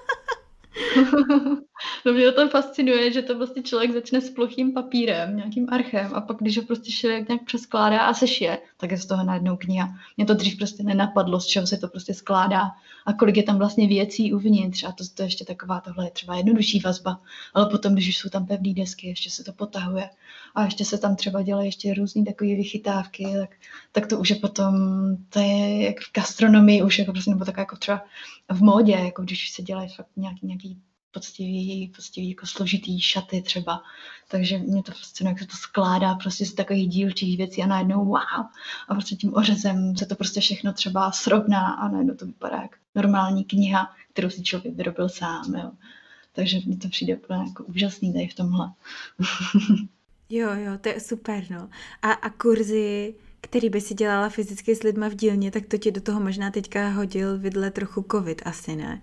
S2: No mě to fascinuje, že to vlastně člověk začne s plochým papírem, nějakým archem a pak když ho prostě člověk nějak přeskládá a sešije, tak je z toho najednou kniha. Mě to dřív prostě nenapadlo, z čeho se to prostě skládá a kolik je tam vlastně věcí uvnitř a to je ještě tohle je třeba jednodušší vazba, ale potom, když už jsou tam pevné desky, ještě se to potahuje a ještě se tam třeba dělají ještě různý takové vychytávky, tak to už je potom, to je jak v gastronomii už jako prostě, nebo tak jako třeba v módě, jako když se dělají fakt nějaký poctivý jako složitý šaty třeba. Takže mě to fascinuje, jak se to skládá prostě z takových dílčích věcí a najednou wow. A prostě tím ořezem se to prostě všechno třeba srovná a najednou to vypadá jak normální kniha, kterou si člověk vyrobil sám. Jo. Takže mi to přijde úplně jako úžasný tady v tomhle.
S1: Jo, to je super, no. A kurzy, který by si dělala fyzicky s lidma v dílně, tak to ti do toho možná teďka hodil vidle trochu covid, asi ne?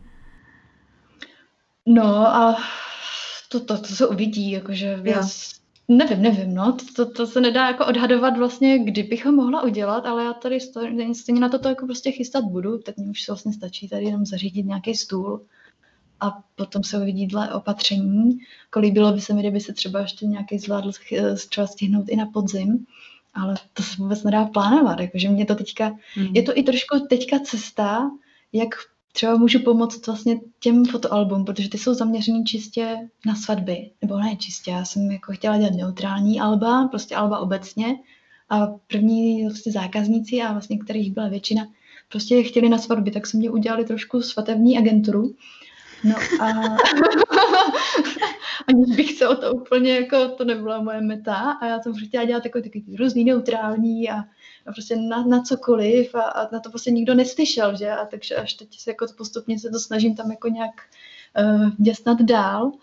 S2: No a to se uvidí, jakože nevím, no, to se nedá jako odhadovat vlastně, kdy bych ho mohla udělat, ale já tady stejně na to jako prostě chystat budu, teď mi už se vlastně stačí tady jenom zařídit nějaký stůl a potom se uvidí dle opatření, líbilo by se mi, kdyby se třeba ještě nějaký zvládl třeba stihnout i na podzim, ale to se vůbec nedá plánovat, jakože mě to teďka, je to i trošku teďka cesta, jak třeba můžu pomoct vlastně těm fotoalbum, protože ty jsou zaměřený čistě na svatby, nebo ne čistě, já jsem jako chtěla dělat neutrální alba, prostě alba obecně a první vlastně zákazníci a vlastně kterých byla většina, prostě chtěli na svatby, tak jsem mě udělali trošku svatební agenturu. No a aniž bych se o to úplně, jako to nebyla moje meta a já jsem chtěla dělat takový různý neutrální a prostě na cokoliv a na to prostě nikdo neslyšel, že? A takže až teď se jako postupně se to snažím tam jako nějak děsnat dál.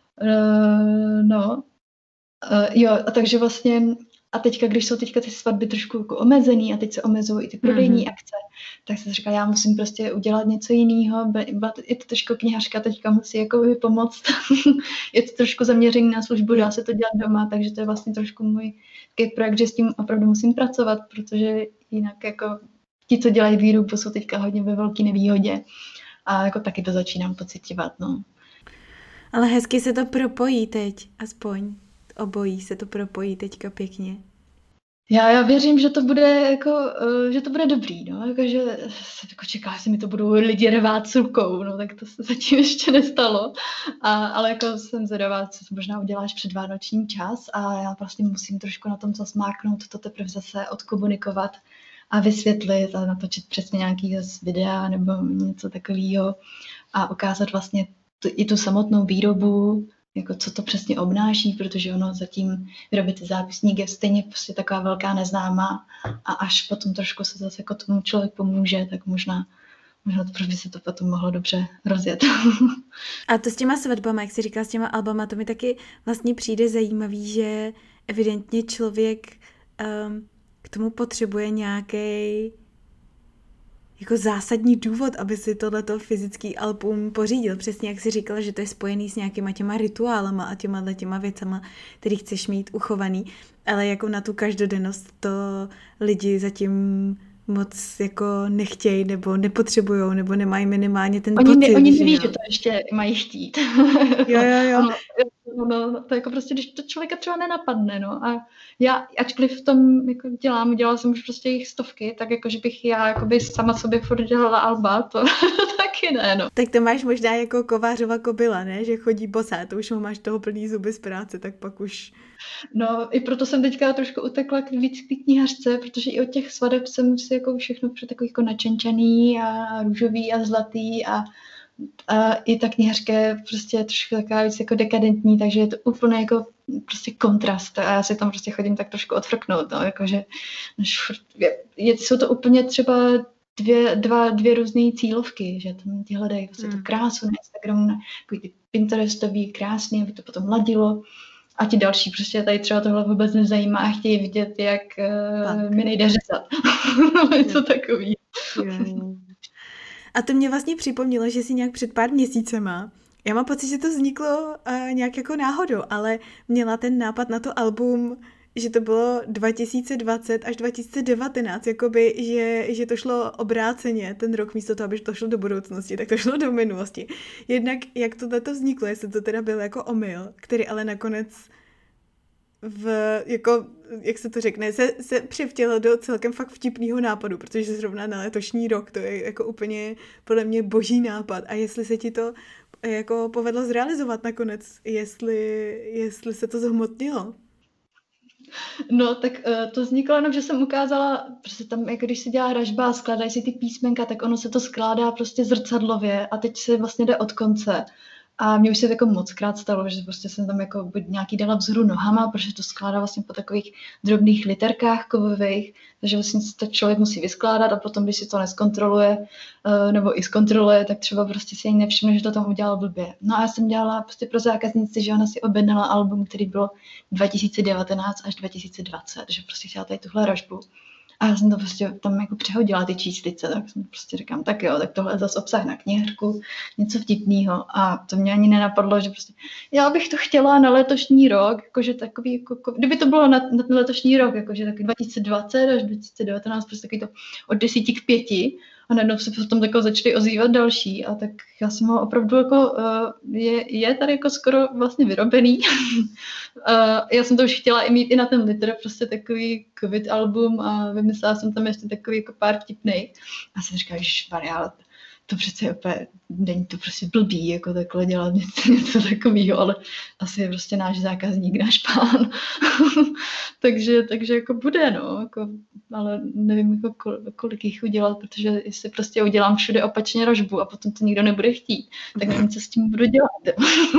S2: Jo, a takže vlastně a teďka, když jsou teďka ty svatby trošku jako omezený a teď se omezují i ty prodejní akce, tak se říká, já musím prostě udělat něco jiného. Je to trošku knihařka, teďka musí jako pomoct. Je to trošku zaměřený na službu, dá se to dělat doma, takže to je vlastně trošku můj projekt, že s tím opravdu musím pracovat, protože jinak jako ti, co dělají výrobu, jsou teďka hodně ve velké nevýhodě a jako taky to začínám pociťovat, no.
S1: Ale hezky se to propojí teď, aspoň. Obojí se to propojí teďka pěkně.
S2: Já věřím, že to bude jako, že to bude dobrý, no, jakože jako čeká, že mi to budou lidi rvát s rukou, no, tak to se zatím ještě nestalo, ale jako jsem zvědavá, co možná uděláš před vánoční čas a já prostě musím trošku na tom zasmáknout, to teprve zase odkomunikovat a vysvětlit a natočit přesně nějaký videa nebo něco takového a ukázat vlastně i tu samotnou výrobu, jako co to přesně obnáší, protože ono zatím vyrobit zápisník je stejně prostě taková velká neznámá a až potom trošku se zase jako tomu člověk pomůže, tak možná to by se to potom mohlo dobře rozjet.
S1: A to s těma svatbama, jak jsi říkala, s těma albama, to mi taky vlastně přijde zajímavý, že evidentně člověk k tomu potřebuje nějaký jako zásadní důvod, aby si tohleto fyzický album pořídil. Přesně jak jsi říkala, že to je spojený s nějakýma těma rituálama a těma věcama, který chceš mít uchovaný, ale jako na tu každodennost to lidi zatím moc jako nechtějí nebo nepotřebujou nebo nemají minimálně ten pocit.
S2: Oni neví, že to ještě mají chtít.
S1: Jo.
S2: No, to jako prostě, když to člověka třeba nenapadne, no. A já, ačkoliv v tom jako dělala jsem už prostě jich stovky, tak jako, že bych já jakoby sama sobě furt dělala alba, to taky ne, no.
S1: Tak to máš možná jako Kovářova kobyla, ne? Že chodí bosá, to už máš toho plný zuby z práce, tak pak už...
S2: No, i proto jsem teďka trošku utekla víc k knihařce, protože i od těch svadeb jsem si jako všechno před takový jako načenčaný a růžový a zlatý a i ta knihařka je prostě trošku taková víc jako dekadentní, takže je to úplně jako prostě kontrast a já si tam prostě chodím tak trošku odfrknout, no, jakože jsou to úplně třeba dvě různé cílovky, že tam ti hledají vlastně tu krásu na Instagramu, na ty Pinterestový krásný, aby to potom ladilo. A ti další prostě tady třeba tohle vůbec nezajímá a chtějí vidět, jak mi nejde řezat. Něco takový.
S1: A to mě vlastně připomnělo, že si nějak před pár měsícema, já mám pocit, že to vzniklo nějak jako náhodou, ale měla ten nápad na to album, že to bylo 2020 až 2019, jakoby, že to šlo obráceně ten rok, místo toho, aby to šlo do budoucnosti, tak to šlo do minulosti. Jednak, jak to vzniklo, jestli to teda byl jako omyl, který ale nakonec jako, jak se to řekne, se převtělo do celkem fakt vtipného nápadu, protože zrovna na letošní rok to je jako úplně podle mě boží nápad a jestli se ti to jako povedlo zrealizovat nakonec, jestli se to zhmotnilo.
S2: No, tak to vzniklo jenom, že jsem ukázala, prostě tam, jako když se dělá hražba a skládají si ty písmenka, tak ono se to skládá prostě zrcadlově a teď se vlastně jde od konce. A mně už se jako mockrát stalo, že prostě jsem tam jako buď nějaký dala vzhůru nohama, protože to skládá vlastně po takových drobných literkách kovových, takže vlastně to člověk musí vyskládat a potom, když si to neskontroluje, nebo i zkontroluje, tak třeba prostě si ani nevšimne, že to tam udělal blbě. No a já jsem dělala prostě pro zákaznici, že ona si objednala album, který bylo 2019 až 2020, že prostě chtěla tady tuhle ražbu. A já jsem to prostě tam jako přehodila ty číslice, tak jsem prostě říkám, tak jo, tak tohle je zase obsah na knihařku, něco vtipného. A to mě ani nenapadlo, že prostě já bych to chtěla na letošní rok, jakože takový, jako, kdyby to bylo na letošní rok, jakože takový 2020 až 2019, prostě takový to od 10 k 5. A najednou se potom jako začaly ozývat další a tak já jsem ho opravdu jako, je tady jako skoro vlastně vyrobený. Já jsem to už chtěla i mít i na ten litr, prostě takový covid album a vymyslela jsem tam ještě takový jako pár vtipnej. A jsem říkala, ježišmarja, to přece je úplně, není to prostě blbý, jako takhle dělat něco takového, ale asi je prostě náš zákazník, náš pán. takže jako bude, no, jako, ale nevím, jako kolik jich udělat, protože jestli prostě udělám všude opačně ražbu a potom to nikdo nebude chtít, tak nevím, co s tím budu dělat.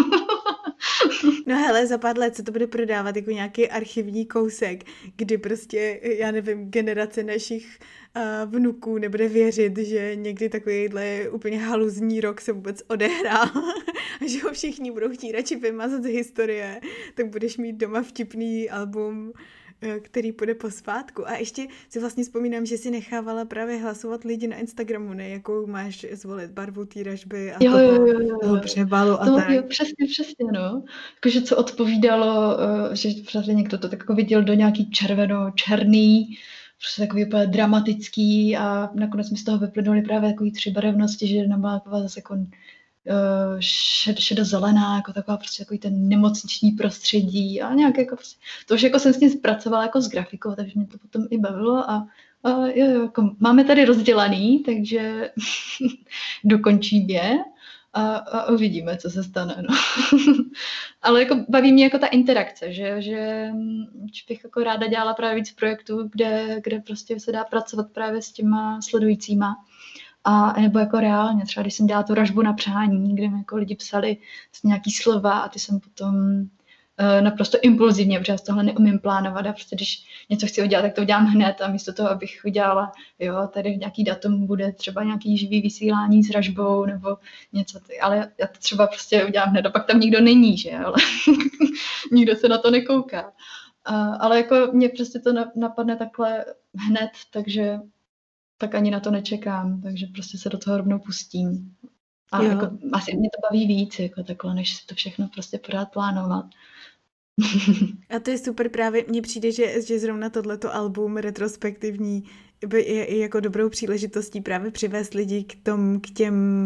S1: No hele, za pár let se to bude prodávat jako nějaký archivní kousek, kdy prostě, já nevím, generace našich vnuků nebude věřit, že někdy takovýhle úplně haluzní rok se vůbec odehrál a že ho všichni budou chtít radši vymazat z historie, tak budeš mít doma vtipný album, který půjde po svátku. A ještě si vlastně vzpomínám, že si nechávala právě hlasovat lidi na Instagramu, ne? Jakou máš zvolit barvu té ražby a toho přebalu a
S2: to,
S1: tak.
S2: Jo, přesně, no. Jakože co odpovídalo, že právě někdo to tak jako viděl do nějaký červeno-černý, prostě takový úplně dramatický a nakonec mi z toho vyplynuly právě takový 3 barevnosti, že jedna byla taková zase jako šedozelená, jako taková prostě takový ten nemocniční prostředí a nějak jako prostě, to už jako jsem s tím zpracovala jako s grafikou, takže mě to potom i bavilo a jo, jako máme tady rozdělaný, takže dokončím je a uvidíme, co se stane, no. Ale jako baví mě jako ta interakce, že bych jako ráda dělala právě víc projektů, kde prostě se dá pracovat právě s těma sledujícíma. A nebo jako reálně, třeba když jsem dělala tu ražbu na přání, kde mi jako lidi psali nějaký slova a ty jsem potom naprosto impulzivně, protože já tohle neumím plánovat a prostě když něco chci udělat, tak to udělám hned a místo toho, abych udělala, jo, tady v nějaký datum bude třeba nějaký živý vysílání s ražbou nebo něco, ale já to třeba prostě udělám hned a pak tam nikdo není, že, ale nikdo se na to nekouká. Ale jako mě prostě to napadne takhle hned, takže tak ani na to nečekám, takže prostě se do toho rovnou pustím. A jako, asi mě to baví víc, jako takhle, než si to všechno prostě pořád plánovat.
S1: A to je super, právě mně přijde, že zrovna tohleto album retrospektivní je jako dobrou příležitostí právě přivést lidi k těm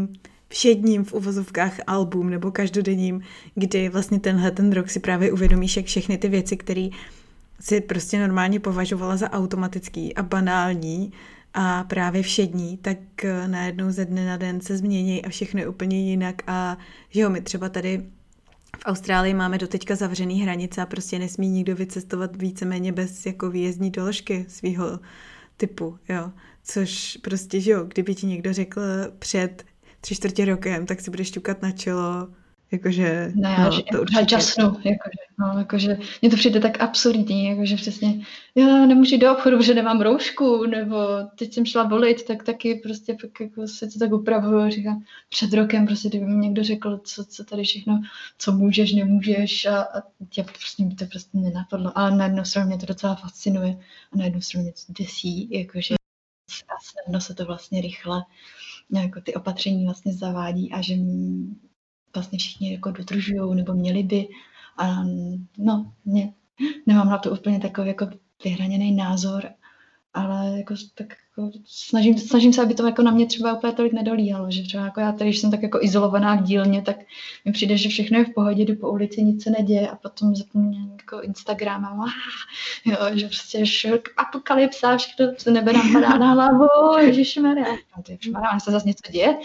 S1: všedním v uvozovkách album nebo každodenním, kdy vlastně ten rok si právě uvědomíš, jak všechny ty věci, které si prostě normálně považovala za automatický a banální a právě všední, tak najednou ze dne na den se změní a všechno je úplně jinak a že jo, my třeba tady v Austrálii máme doteďka zavřený hranice a prostě nesmí nikdo vycestovat víceméně bez jako výjezdní doložky svýho typu, jo. Což prostě, že jo, kdyby ti někdo řekl před 3/4 rokem, tak si budeš ťukat na čelo, jakože...
S2: Ne,
S1: no,
S2: že
S1: to určitě.
S2: časnu, jakože mně to přijde tak absurdní, jakože přesně já nemůžu jít do obchodu, protože nemám roušku, nebo teď jsem šla volit, tak taky prostě pak jako se to tak upravuju a říkám, před rokem prostě, kdyby mi někdo řekl, co tady všechno, co můžeš, nemůžeš a tě prostě mi to prostě nenapadlo, ale na jednu stranu mě to docela fascinuje a na jednu stranu mě to děsí, jakože a snadno se to vlastně rychle jako ty opatření vlastně zavádí a že vlastně všichni jako dodržujou nebo měli by a no, nemám na to úplně takový jako vyhraněný názor, ale jako tak jako snažím se, aby to jako na mě třeba úplně tolik nedolíhalo, že třeba jako já tady, když jsem tak jako izolovaná v dílně, tak mi přijde, že všechno je v pohodě, jdu po ulici, nic se neděje a potom zapomínám jako Instagram a jo, že prostě apokalypsa, všechno se nebe nám padá na hlavu, ježišmarja, ježišmarja, se zase něco děje.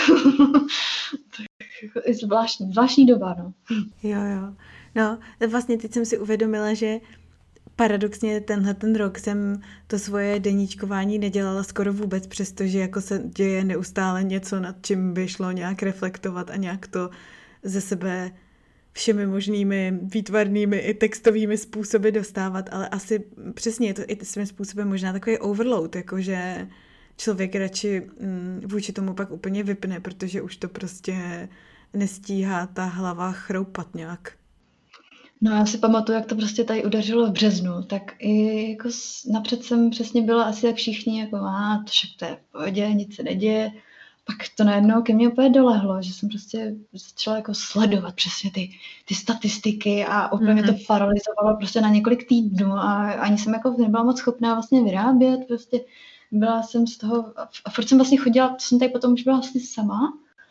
S2: Tak je zvláštní doba, no.
S1: Jo. No, vlastně teď jsem si uvědomila, že paradoxně ten rok jsem to svoje deníčkování nedělala skoro vůbec, přestože jako se děje neustále něco, nad čím by šlo nějak reflektovat a nějak to ze sebe všemi možnými výtvarnými i textovými způsoby dostávat, ale asi přesně je to i svým způsobem možná takový overload, jakože člověk radši vůči tomu pak úplně vypne, protože už to prostě nestíhá ta hlava chroupat nějak.
S2: No já si pamatuju, jak to prostě tady udeřilo v březnu, tak i jako napřed jsem přesně byla asi jak všichni, jako to však to je v pohodě, nic se neděje. Pak to najednou ke mně úplně dolehlo, že jsem prostě začala jako sledovat přesně ty statistiky a úplně mě to paralyzovalo prostě na několik týdnů a ani jsem jako nebyla moc schopná vlastně vyrábět, prostě byla jsem z toho a furt jsem vlastně chodila, to jsem tady potom už byla vlastně sama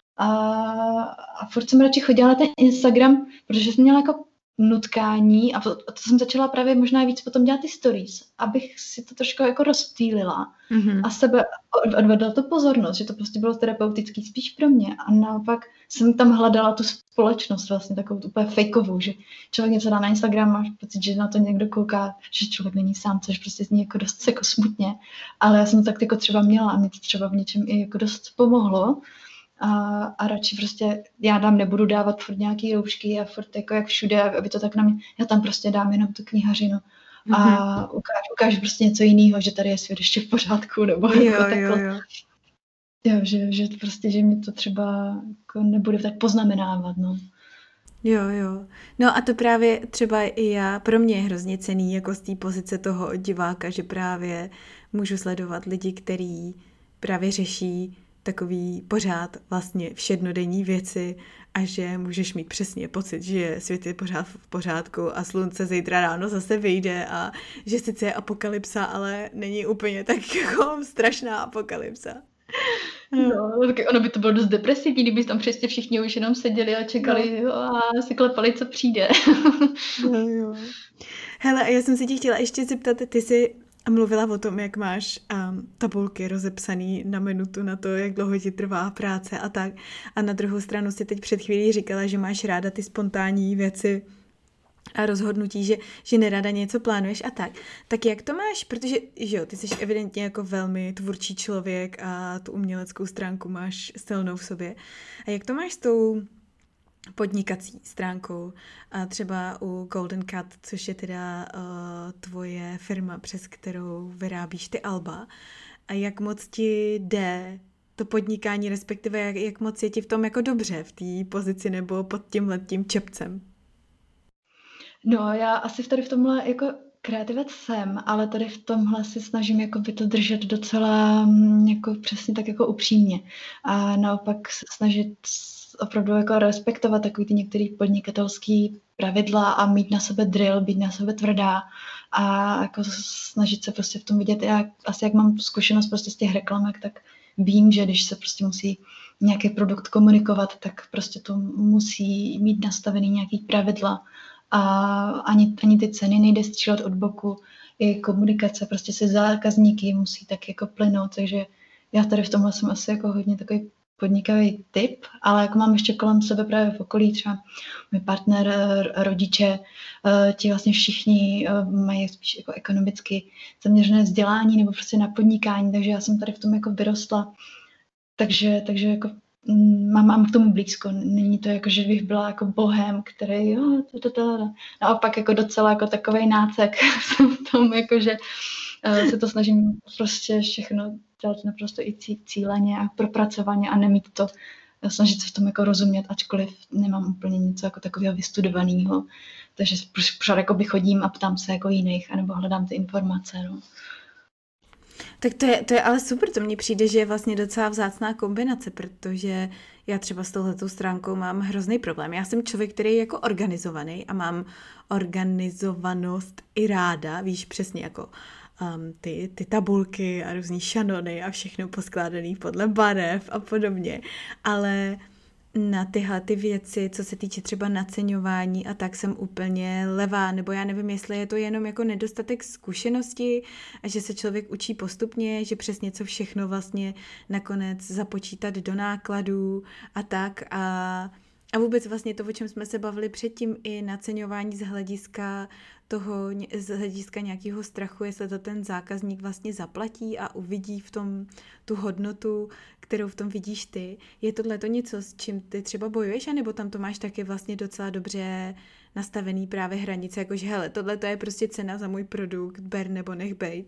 S2: a furt jsem radši chodila na ten Instagram, protože jsem měla jako nutkání a to jsem začala právě možná víc potom dělat ty stories, abych si to trošku jako rozptýlila a sebe odvedla tu pozornost, že to prostě bylo terapeutický spíš pro mě a naopak jsem tam hledala tu společnost vlastně takovou úplně fejkovou, že člověk něco dá na Instagram, máš pocit, že na to někdo kouká, že člověk není sám, což prostě zní jako dost jako smutně, ale já jsem to tak jako třeba měla a mě to třeba v něčem i jako dost pomohlo. A radši prostě já tam nebudu dávat furt nějaký roušky a furt jako jak všude, aby to tak na mě, já tam prostě dám jenom tu knihařinu a ukážu prostě něco jiného, že tady je svět ještě v pořádku, nebo jako takhle. Jo, že prostě, že mi to třeba jako nebude tak poznamenávat, no.
S1: Jo. No a to právě třeba i já, pro mě je hrozně cenný jako z té pozice toho diváka, že právě můžu sledovat lidi, kteří právě řeší takový pořád vlastně všednodenní věci a že můžeš mít přesně pocit, že svět je pořád v pořádku a slunce zítra ráno zase vyjde a že sice je apokalypsa, ale není úplně tak jako strašná apokalypsa.
S2: No, tak ono by to bylo dost depresivní, kdyby tam přesně všichni už jenom seděli a čekali a si klepali, co přijde.
S1: Jo. Hele, a já jsem se tě chtěla ještě zeptat, ty jsi mluvila o tom, jak máš tabulky rozepsaný na minutu na to, jak dlouho ti trvá práce a tak. A na druhou stranu si teď před chvílí říkala, že máš ráda ty spontánní věci a rozhodnutí, že nerada něco plánuješ a tak. Tak jak to máš? Protože že jo, ty jsi evidentně jako velmi tvůrčí člověk a tu uměleckou stránku máš silnou v sobě. A jak to máš s tou podnikací stránkou a třeba u Golden Cut, což je teda tvoje firma, přes kterou vyrábíš ty alba. A jak moc ti jde to podnikání, respektive jak moc je ti v tom jako dobře v té pozici nebo pod tímhletím čepcem?
S2: No, já asi tady v tomhle jako kreativec jsem, ale tady v tomhle si snažím jako by to držet docela jako přesně tak jako upřímně. A naopak se snažit opravdu jako respektovat takový ty některý podnikatelský pravidla a mít na sebe drill, být na sebe tvrdá a jako snažit se prostě v tom vidět. Já asi jak mám zkušenost prostě z těch reklamek, tak vím, že když se prostě musí nějaký produkt komunikovat, tak prostě to musí mít nastavený nějaký pravidla a ani ty ceny nejde střílet od boku, i komunikace prostě se zákazníky musí tak jako plynout, takže já tady v tomhle jsem asi jako hodně takový podnikavý typ, ale jako mám ještě kolem sebe právě v okolí, třeba můj partner, rodiče, ti vlastně všichni mají spíš jako ekonomicky zaměřené vzdělání nebo prostě na podnikání, takže já jsem tady v tom jako vyrostla, takže jako mám k tomu blízko. Není to jako, že bych byla jako bohem, který naopak jako docela jako takovej nácek v tom, jako, že se to snažím prostě všechno dělat naprosto i cíleně a propracovaně a nemít to, snažit se v tom jako rozumět, ačkoliv nemám úplně něco jako takového vystudovaného. Takže pořád jako chodím a ptám se jako jiných, anebo hledám ty informace. No.
S1: Tak to je ale super, to mně přijde, že je vlastně docela vzácná kombinace, protože já třeba s touhletou stránkou mám hrozný problém. Já jsem člověk, který je jako organizovaný a mám organizovanost i ráda, víš, přesně jako ty tabulky a různý šanony a všechno poskládaný podle barev a podobně, ale na tyhle ty věci, co se týče třeba naceňování a tak jsem úplně levá, nebo já nevím, jestli je to jenom jako nedostatek zkušenosti a že se člověk učí postupně, že přes něco všechno vlastně nakonec započítat do nákladů a tak a vůbec vlastně to, o čem jsme se bavili předtím, i naceňování z hlediska nějakého strachu, jestli to ten zákazník vlastně zaplatí a uvidí v tom tu hodnotu, kterou v tom vidíš ty. Je tohleto něco, s čím ty třeba bojuješ, anebo tam to máš taky vlastně docela dobře nastavený právě hranice, jakože hele, tohleto je prostě cena za můj produkt, ber nebo nech bejt.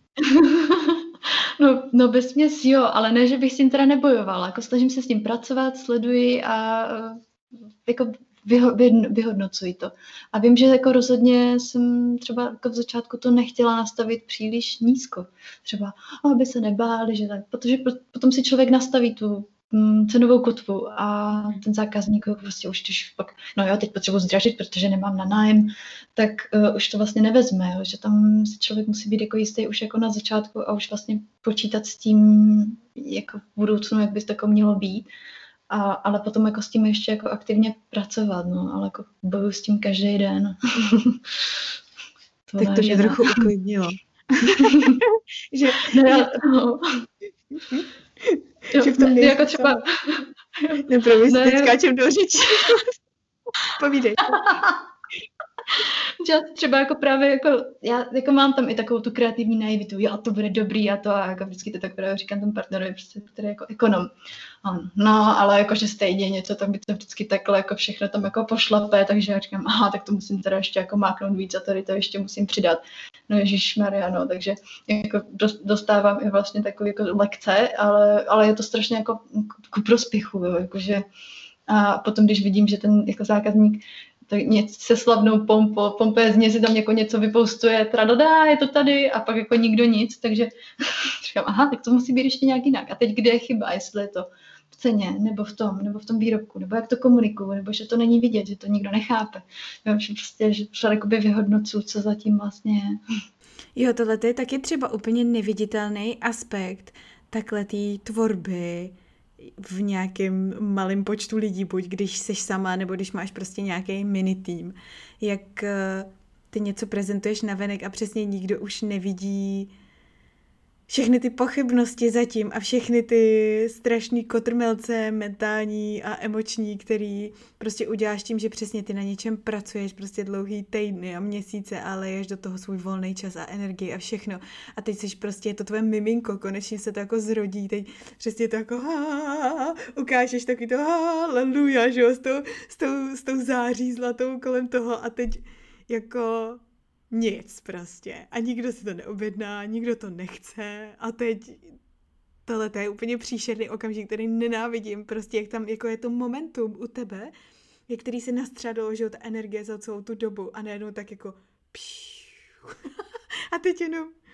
S2: No bezměs jo, ale ne, že bych s tím teda nebojovala. Jako snažím se s tím pracovat, sleduji a jako vyhodnocuji to. A vím, že jako rozhodně jsem třeba jako v začátku to nechtěla nastavit příliš nízko. Třeba, aby se nebáli, že tak, protože potom si člověk nastaví tu cenovou kotvu a ten zákazník prostě už když pak, no jo, teď potřebuji zdražit, protože nemám na nájem, tak už to vlastně nevezme, jo, že tam si člověk musí být jako jistý už jako na začátku a už vlastně počítat s tím jako v budoucnu, jak by to jako mělo být. Ale potom jako s tím ještě jako aktivně pracovat, no, ale jako bojuji s tím každý den.
S1: Tak to mě trochu uklidnilo.
S2: že že v tom nejsi jako třeba...
S1: Nepromiň, teď skáčem do řeči. Povídej.
S2: Že třeba jako právě jako, já jako mám tam i takovou tu kreativní naivitu, jo, to bude dobrý a to a jako vždycky to tak právě říkám tomu partnerovi, prostě, který je jako ekonom. No, ale jakože stejně něco tam by to vždycky takhle jako všechno tam jako pošlape, takže já říkám, aha, tak to musím teda ještě jako máknout víc a tady to ještě musím přidat. No ježišmarja, no, takže jako dostávám i vlastně takové jako lekce, ale je to strašně jako ku prospěchu, jo, jakože a potom, když vidím, že ten jako zákazník tak se slavnou pompézně si tam jako něco vypostuje, tradadá, je to tady a pak jako nikdo nic, takže říkám, aha, tak to musí být ještě nějak jinak. A teď kde je chyba, jestli je to v ceně, nebo v tom výrobku, nebo jak to komunikuju, nebo že to není vidět, že to nikdo nechápe. Jo, že prostě, že třeba jakoby vyhodnocuju, co zatím vlastně je.
S1: Jo, tohle je taky třeba úplně neviditelný aspekt takhle té tvorby v nějakém malém počtu lidí, buď když seš sama, nebo když máš prostě nějaký mini tým. Jak ty něco prezentuješ navenek a přesně nikdo už nevidí všechny ty pochybnosti zatím a všechny ty strašný kotrmelce mentální a emoční, který prostě uděláš tím, že přesně ty na něčem pracuješ prostě dlouhý týdny a měsíce a leješ do toho svůj volný čas a energii a všechno. A teď jsi prostě, je to tvoje miminko, konečně se to jako zrodí, teď přesně to jako ukážeš taky to haleluja, že jo, s tou září zlatou kolem toho a teď jako nic prostě. A nikdo si to neobjedná, nikdo to nechce a teď tohle je úplně příšerný okamžik, který nenávidím, prostě jak tam jako je to momentum u tebe, jak který se nastřádalo, že ta energie za celou tu dobu a najednou tak jako a teď jenom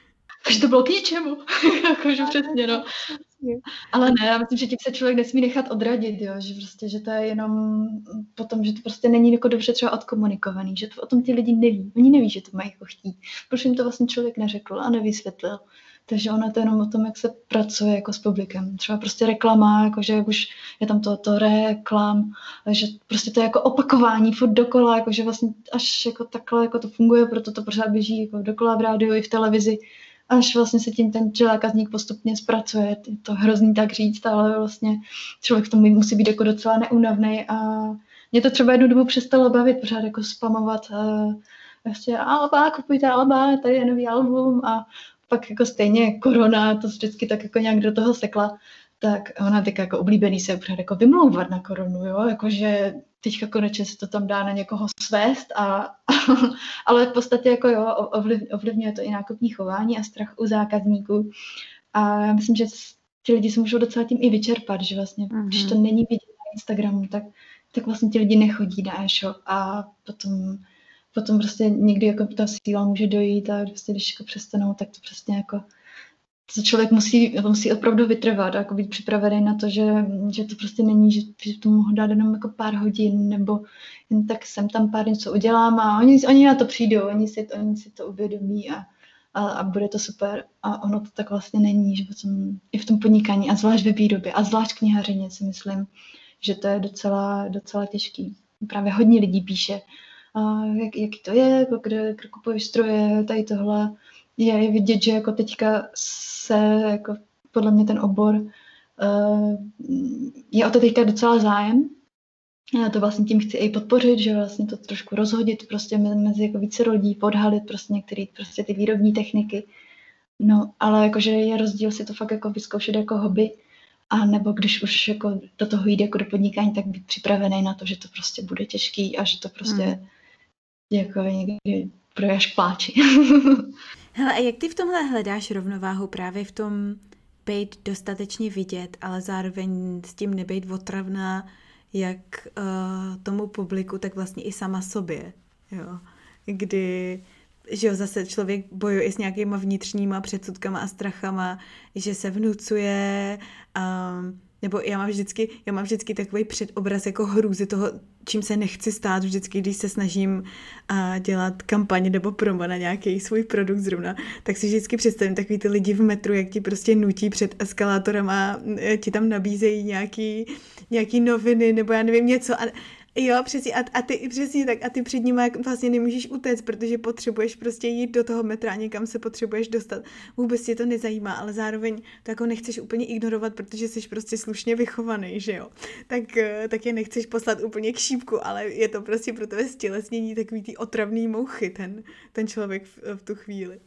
S2: že to bylo k ničemu. Jakože přesně, no. Ale ne, já myslím, že tím se člověk nesmí nechat odradit, jo, že prostě, že to je jenom potom, že to prostě není jako dobře třeba odkomunikovaný, že to o tom ti lidi neví. Oni neví, že to mají jako chtít. Protože jim to vlastně člověk neřekl a nevysvětlil. Takže ono to jenom o tom, jak se pracuje jako s publikem. Třeba prostě reklama, jakože jak už je tam to reklam, že prostě to je jako opakování furt dokola, jakože vlastně až jako takhle jako to funguje, proto to pořád běží jako dokola v rádiu i v televizi, až vlastně se tím ten zákazník postupně zpracuje. Je to hrozný tak říct, ale vlastně člověk v tom musí být jako docela neúnavný a mě to třeba jednu dobu přestalo bavit, pořád jako spamovat vlastně Alba, kupujte Alba, tady je nový album a pak jako stejně korona, to vždycky tak jako nějak do toho sekla, tak ona teď jako oblíbený se pořád jako vymlouvat na koronu, jo, jakože teďka konečně se to tam dá na někoho svést, ale v podstatě jako jo, ovlivňuje to i nákupní chování a strach u zákazníků. A já myslím, že ti lidi se můžou docela tím i vyčerpat, že vlastně, když to není vidět na Instagramu, tak vlastně ti lidi nechodí na e-shop a potom prostě někdy jako ta síla může dojít a prostě když jako přestanou, tak to přesně jako to člověk musí opravdu vytrvat a jako být připravený na to, že to prostě není, že to mohu dát jenom jako pár hodin nebo jen tak sem tam pár něco udělám a oni na to přijdou, oni si to uvědomí a bude to super a ono to tak vlastně není, že potom i v tom podnikání a zvlášť ve výrobě a zvlášť v knihařině si myslím, že to je docela těžký. Právě hodně lidí píše, jaký to je, jako kde kupuješ stroje, tady tohle. Je vidět, že jako teďka se jako podle mě ten obor je o to teďka docela zájem. Já to vlastně tím chci i podpořit, že vlastně to trošku rozhodit prostě mezi jako více lidí, podhalit prostě některé prostě ty výrobní techniky. No, ale jakože je rozdíl si to fakt jako vyzkoušet jako hobby, a nebo když už jako do toho jít jako do podnikání, tak být připravený na to, že to prostě bude těžký a že to prostě jako někdy bude až k pláči.
S1: Hele, a jak ty v tomhle hledáš rovnováhu právě v tom být dostatečně vidět, ale zároveň s tím nebejt otravná jak tomu publiku, tak vlastně i sama sobě, jo. Kdy, že jo, zase člověk bojuje s nějakýma vnitřníma předsudkama a strachama, že se vnucuje, nebo já mám vždycky takový předobraz jako hrůzy toho, čím se nechci stát vždycky, když se snažím dělat kampaň nebo promo na nějaký svůj produkt zrovna, tak si vždycky představím takový ty lidi v metru, jak ti prostě nutí před eskalátorem a ti tam nabízejí nějaký noviny nebo já nevím něco jo, přesně, a ty přesně tak, a ty před nimi vlastně nemůžeš utéct, protože potřebuješ prostě jít do toho metra, někam se potřebuješ dostat. Vůbec tě to nezajímá, ale zároveň to jako nechceš úplně ignorovat, protože jsi prostě slušně vychovaný, že jo. Tak je nechceš poslat úplně k šípku, ale je to prostě pro tebe stělesnění takový ty otravný mouchy, ten člověk v tu chvíli.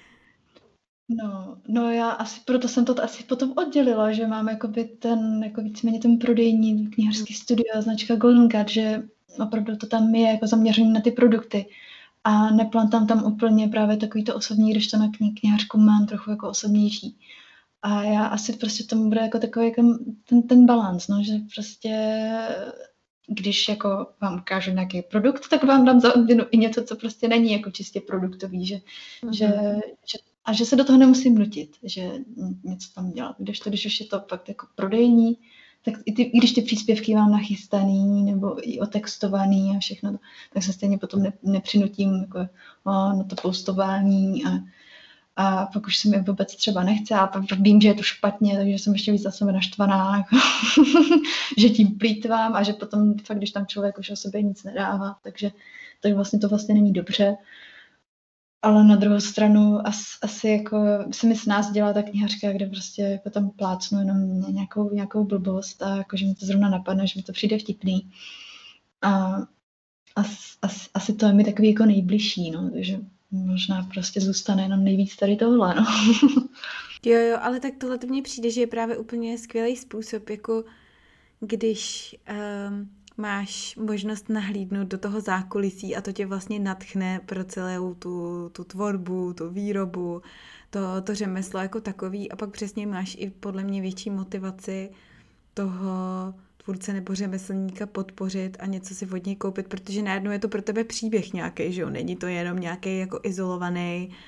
S2: No já asi, proto jsem to asi potom oddělila, že mám jakoby jako víceméně ten prodejní knihařský studio, značka Golden Cat, že opravdu to tam je jako zaměřený na ty produkty a neplantám tam úplně právě takový to osobní, když to na knihařku mám trochu jako osobnější. A já asi prostě tomu bude jako takový jako ten balans, no, že prostě když jako vám ukážu nějaký produkt, tak vám dám za odměnu i něco, co prostě není jako čistě produktový, že se do toho nemusím nutit, že něco tam dělat. Když už je to fakt jako prodejní, tak i když ty příspěvky mám nachystaný nebo i otextovaný a všechno, tak se stejně potom nepřinutím jako, na to postování a pak už se mi vůbec třeba nechce a pak vím, že je to špatně, takže jsem ještě víc za sebe naštvaná, jako, že tím plýtvám a že potom fakt, když tam člověk už o sobě nic nedává, tak vlastně to vlastně není dobře. Ale na druhou stranu asi jako se mi s nás dělá ta knihařka, kde prostě jako tam plácnu jenom nějakou blbost a jako, že mi to zrovna napadne, že mi to přijde vtipný. A asi to je mi takový jako nejbližší, no, takže možná prostě zůstane jenom nejvíc tady tohle, no.
S1: Jo, ale tak tohle to mně přijde, že je právě úplně skvělý způsob, jako když máš možnost nahlídnout do toho zákulisí a to tě vlastně nadchne pro celou tu tvorbu, tu výrobu, to řemeslo jako takový a pak přesně máš i podle mě větší motivaci toho tvůrce nebo řemeslníka podpořit a něco si od něj koupit, protože najednou je to pro tebe příběh nějaký, že jo, není to jenom nějaký jako izolovaný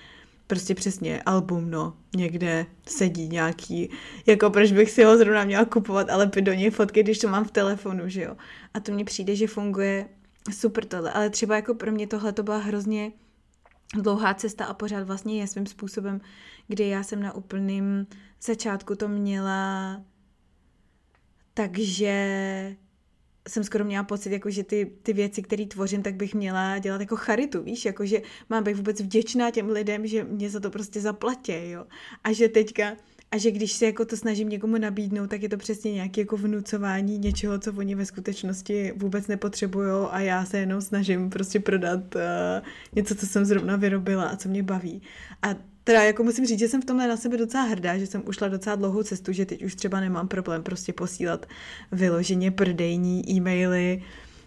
S1: prostě přesně album, no, někde sedí nějaký, jako proč bych si ho zrovna měla kupovat, ale do něj fotky, když to mám v telefonu, že jo. A to mně přijde, že funguje super tohle, ale třeba jako pro mě tohle to byla hrozně dlouhá cesta a pořád vlastně je svým způsobem, kdy já jsem na úplném začátku to měla, takže jsem skoro měla pocit, jako, že ty věci, které tvořím, tak bych měla dělat jako charitu, víš, jako, že mám být vůbec vděčná těm lidem, že mě za to prostě zaplatí, jo. A že když se jako to snažím někomu nabídnout, tak je to přesně nějaké jako vnucování něčeho, co oni ve skutečnosti vůbec nepotřebujou a já se jenom snažím prostě prodat něco, co jsem zrovna vyrobila a co mě baví. A teda jako musím říct, že jsem v tomhle na sebe docela hrdá, že jsem ušla docela dlouhou cestu, že teď už třeba nemám problém prostě posílat vyloženě prodejní e-maily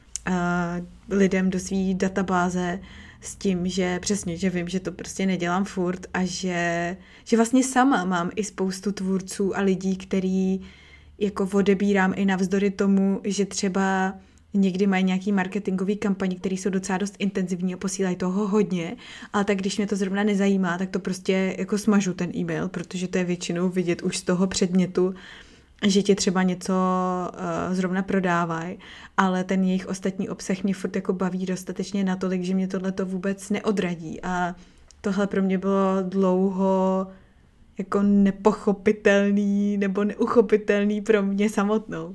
S1: lidem do své databáze s tím, že přesně, že vím, že to prostě nedělám furt a že vlastně sama mám i spoustu tvůrců a lidí, který jako odebírám i navzdory tomu, že třeba někdy mají nějaký marketingový kampaně, které jsou docela dost intenzivní a posílají toho hodně, ale tak když mě to zrovna nezajímá, tak to prostě jako smažu ten e-mail, protože to je většinou vidět už z toho předmětu, že ti třeba něco zrovna prodávají, ale ten jejich ostatní obsah mě furt jako baví dostatečně natolik, že mě tohleto vůbec neodradí a tohle pro mě bylo dlouho jako nepochopitelný nebo neuchopitelný pro mě samotnou.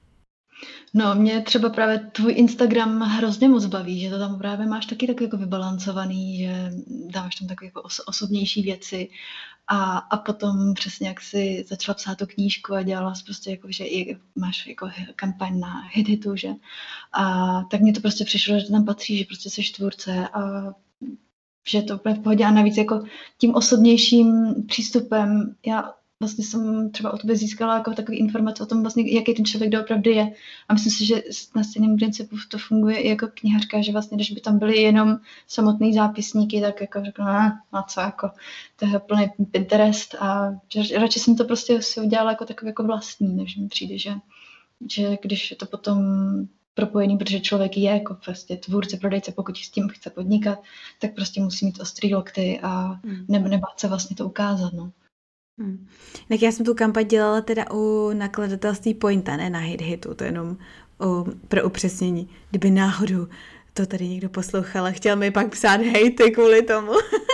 S2: No, mě třeba právě tvůj Instagram hrozně moc baví, že to tam právě máš taky tak jako vybalancovaný, že dáváš tam takové jako osobnější věci a potom přesně jak jsi začala psát tu knížku a dělala jsi prostě jako, že i máš jako kampaň na Hitu, že? A tak mně to prostě přišlo, že to tam patří, že prostě jsi tvůrce a že je to úplně v pohodě a navíc jako tím osobnějším přístupem já vlastně jsem třeba o tobě získala jako takový informace o tom vlastně, jaký ten člověk doopravdy je. A myslím si, že na stejném principu to funguje i jako knihařka, že vlastně, když by tam byly jenom samotný zápisníky, tak jako řeknu, no co, jako to je plný Pinterest a že radši jsem to prostě si udělala jako takový jako vlastní, než mi přijde, že když je to potom propojený, protože člověk je jako prostě tvůrce, prodejce, pokud s tím chce podnikat, tak prostě musí mít ostrý lokty a nebát se vlastně to ukázat, no.
S1: Tak já jsem tu kampaň dělala teda u nakladatelství Pointa, ne na Hitu, to jenom pro upřesnění. Kdyby náhodou to tady někdo poslouchal a chtěl mi pak psát hejty kvůli tomu.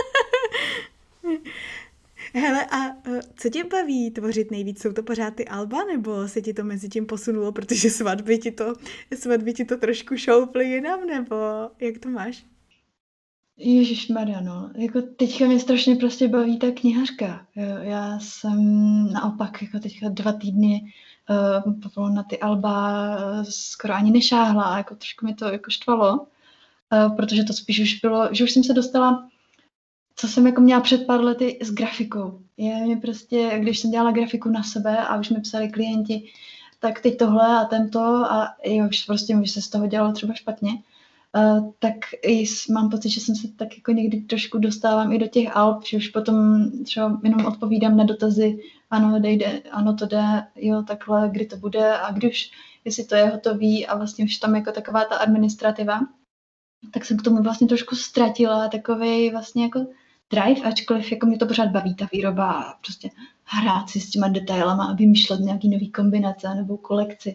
S1: Hele, a co tě baví tvořit nejvíc? Jsou to pořád ty alba, nebo se ti to mezi tím posunulo, protože svatby ti to trošku šouply jinam, nebo jak to máš?
S2: Ježišmarja, no. Jako teďka mě strašně prostě baví ta knihařka. Já jsem naopak jako teďka 2 týdny na ty alba skoro ani nešáhla a jako trošku mi to jako štvalo, protože to spíš už bylo, že už jsem se dostala, co jsem jako měla před pár lety s grafikou. Je mi prostě, když jsem dělala grafiku na sebe a už mi psali klienti, tak teď tohle a tento a už prostě už se z toho dělalo třeba špatně. Tak mám pocit, že jsem se tak jako někdy trošku dostávám i do těch alb, že už potom třeba jenom odpovídám na dotazy, ano, jde, ano, to jde, jo, takhle, kdy to bude a když, jestli to je hotový a vlastně už tam jako taková ta administrativa, tak jsem k tomu vlastně trošku ztratila takovej vlastně jako drive, ačkoliv jako mě to pořád baví ta výroba a prostě hrát si s těma detailama a vymýšlet nějaký nový kombinace nebo kolekci,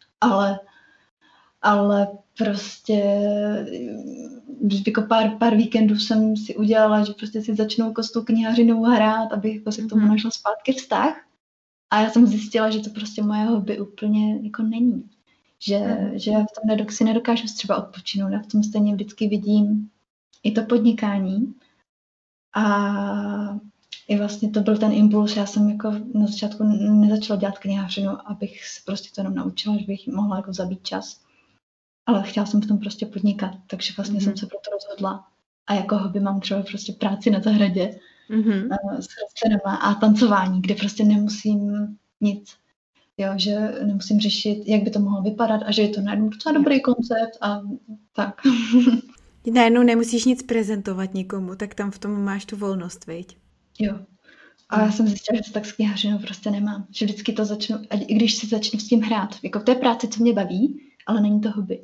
S2: ale prostě jako pár víkendů jsem si udělala, že prostě si začnu jako s tou knihařinou hrát, abych jako si k tomu našla zpátky vztah. A já jsem zjistila, že to prostě moje hobby úplně jako není. Že já v tom si nedokážu třeba odpočinout. Já v tom stejně vždycky vidím i to podnikání. A i vlastně to byl ten impuls. Já jsem jako na začátku nezačala dělat knihařinu, abych se prostě to jenom naučila, že bych mohla jako zabít čas. Ale chtěla jsem v tom prostě podnikat, takže vlastně jsem se proto rozhodla. A jako hobby mám třeba prostě práci na zahradě s rostlinama a tancování, kde prostě nemusím nic. Jo, že nemusím řešit, jak by to mohlo vypadat a že je to najednou docela dobrý koncept a tak.
S1: Najednou nemusíš nic prezentovat nikomu, tak tam v tom máš tu volnost, viď?
S2: Jo. A já jsem zjistila, že to tak s knihařinou prostě nemám. Že vždycky to začnu, i když si začnu s tím hrát. Jako v té práci, co mě baví, ale není to hobby.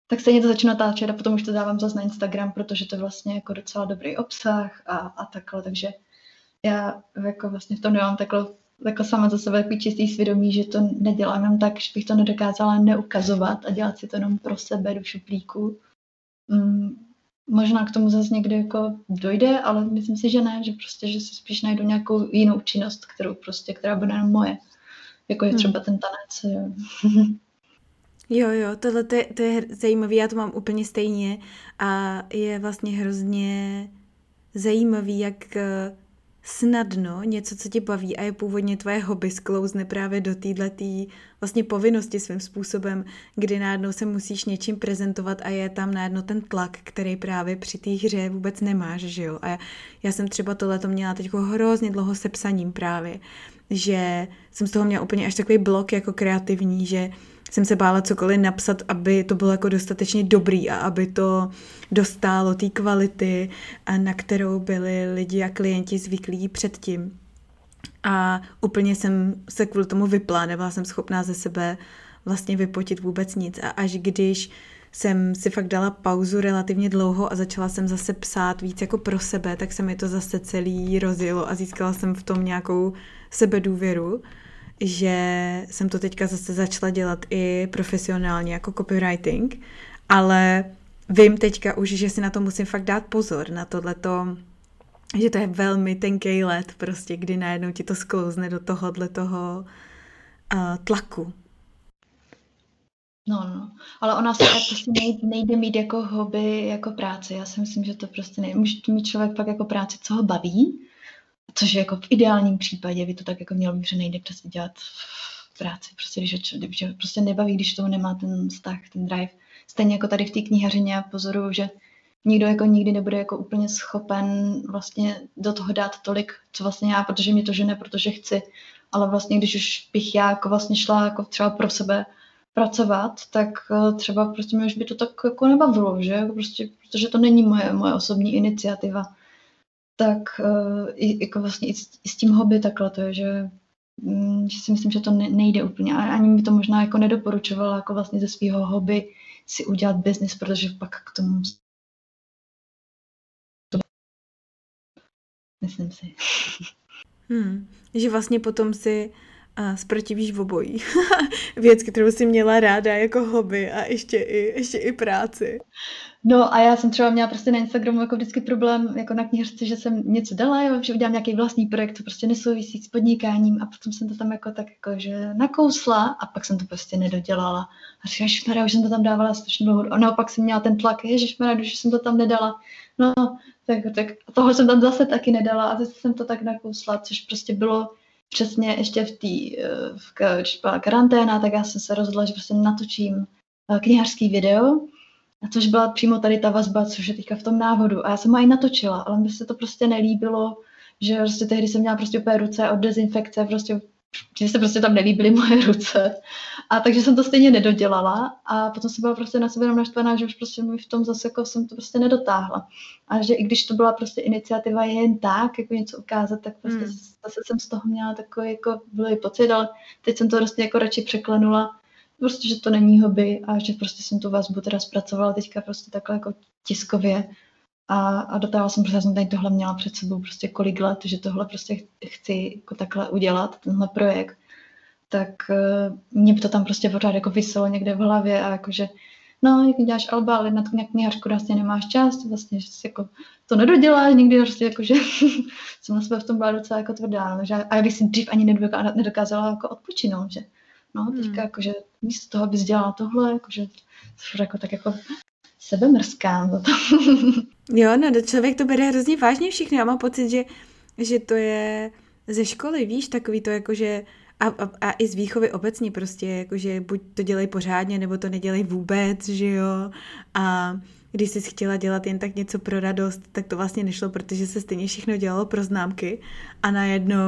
S2: tak stejně to začnu natáčet a potom už to dávám zase na Instagram, protože to je vlastně jako docela dobrý obsah a takhle, takže já jako vlastně v tom nemám takhle jako sama za sebe takový čistý svědomí, že to nedělám jenom tak, že bych to nedokázala neukazovat a dělat si to jenom pro sebe do šuplíku. Možná k tomu zase někdy jako dojde, ale myslím si, že ne, že prostě, že si spíš najdu nějakou jinou činnost, která bude jenom moje. Jako je třeba ten tanec.
S1: Jo, tohle to je zajímavé, já to mám úplně stejně a je vlastně hrozně zajímavý, jak snadno něco, co tě baví a je původně tvoje hobby, sklouzne právě do téhletý vlastně povinnosti svým způsobem, kdy najednou se musíš něčím prezentovat a je tam najednou ten tlak, který právě při té hře vůbec nemáš, že jo. A já jsem třeba tohleto měla teď hrozně dlouho se psaním právě, že jsem z toho měla úplně až takový blok jako kreativní, že jsem se bála cokoliv napsat, aby to bylo jako dostatečně dobrý a aby to dostálo té kvality, na kterou byli lidi a klienti zvyklí předtím. A úplně jsem se kvůli tomu vypla, nebyla jsem schopná ze sebe vlastně vypotit vůbec nic. A až když jsem si fakt dala pauzu relativně dlouho a začala jsem zase psát víc jako pro sebe, tak se mi to zase celý rozjelo a získala jsem v tom nějakou sebedůvěru, že jsem to teďka zase začala dělat i profesionálně jako copywriting, ale vím teďka už, že si na to musím fakt dát pozor, na tohleto, že to je velmi tenkej led prostě, kdy najednou ti to sklouzne do toho tlaku.
S2: No, ale ona se prostě nejde mít jako hobby, jako práce. Já si myslím, že to prostě může mít člověk pak jako práci, co ho baví, což je jako v ideálním případě by to tak jako mělo být, že nejde přesně dělat v práci, prostě, když ho prostě nebaví, když toho nemá ten vztah, ten drive. Stejně jako tady v té knihařině já pozoruju, že nikdo jako nikdy nebude jako úplně schopen vlastně do toho dát tolik, co vlastně já, protože mě to žene, protože chci, ale vlastně když už bych já jako vlastně šla jako třeba pro sebe pracovat, tak třeba prostě mě už by to tak jako nebavilo, že? Prostě, protože to není moje osobní iniciativa. Tak jako vlastně i s tím hobby takhle to je, že si myslím, že to nejde úplně. A ani mi to možná jako nedoporučovala jako vlastně ze svého hobby si udělat business, protože pak k tomu myslím si.
S1: Že vlastně potom si zprotivíš v obojí. Věc, kterou jsi měla ráda jako hobby a ještě i práci.
S2: No a já jsem třeba měla prostě na Instagramu jako vždycky problém jako na knihařce, že jsem něco dala, že udělám nějaký vlastní projekt, co prostě nesouvisí s podnikáním a potom jsem to tam jako tak jako, že nakousla a pak jsem to prostě nedodělala. A říkám, ježišmarja, už jsem to tam dávala strašně dlouho. A naopak jsem měla ten tlak, ježišmarja, už jsem to tam nedala. No, tak tohle jsem tam zase taky nedala a zase jsem to tak nakousla, což prostě bylo přesně ještě když byla karanténa, tak já jsem se rozhodla, že prostě natočím knihařský video, a což byla přímo tady ta vazba, což je teďka v tom návodu. A já jsem ho i natočila, ale mi se to prostě nelíbilo, že prostě tehdy jsem měla prostě úplně ruce od dezinfekce, prostě, že se prostě tam nelíbily moje ruce. A takže jsem to stejně nedodělala a potom jsem byla prostě na sebe jenom naštvaná, že už prostě mi v tom zase jako jsem to prostě nedotáhla. A že i když to byla prostě iniciativa jen tak, jako něco ukázat, tak prostě zase jsem z toho měla takový jako blbý pocit, ale teď jsem to prostě jako radši překlenula, prostě, že to není hobby a že prostě jsem tu vazbu teda zpracovala teďka prostě takhle jako tiskově a dotáhla jsem, protože jsem tady tohle měla před sebou prostě kolik let, že tohle prostě chci jako takhle udělat, tenhle projekt, tak mě to tam prostě pořád jako viselo někde v hlavě a jakože no, jak děláš alba, ale na tu knihařku vlastně nemáš čas, vlastně že jako to nedoděláš, nikdy prostě jakože jsem na sebe v tom byla docela jako tvrdá, no, že, a já bych si dřív ani nedokázala jako odpočinout, že no, teďka jakože místo toho bys dělala tohle, jakože jako tak jako sebemrskám za to.
S1: Jo, no, člověk to bere hrozně vážně všechno. Já mám pocit, že to je ze školy, víš, takový to jakože a i z výchovy obecně prostě, jakože buď to dělej pořádně, nebo to nedělej vůbec, že jo. A když jsi chtěla dělat jen tak něco pro radost, tak to vlastně nešlo, protože se stejně všechno dělalo pro známky a najednou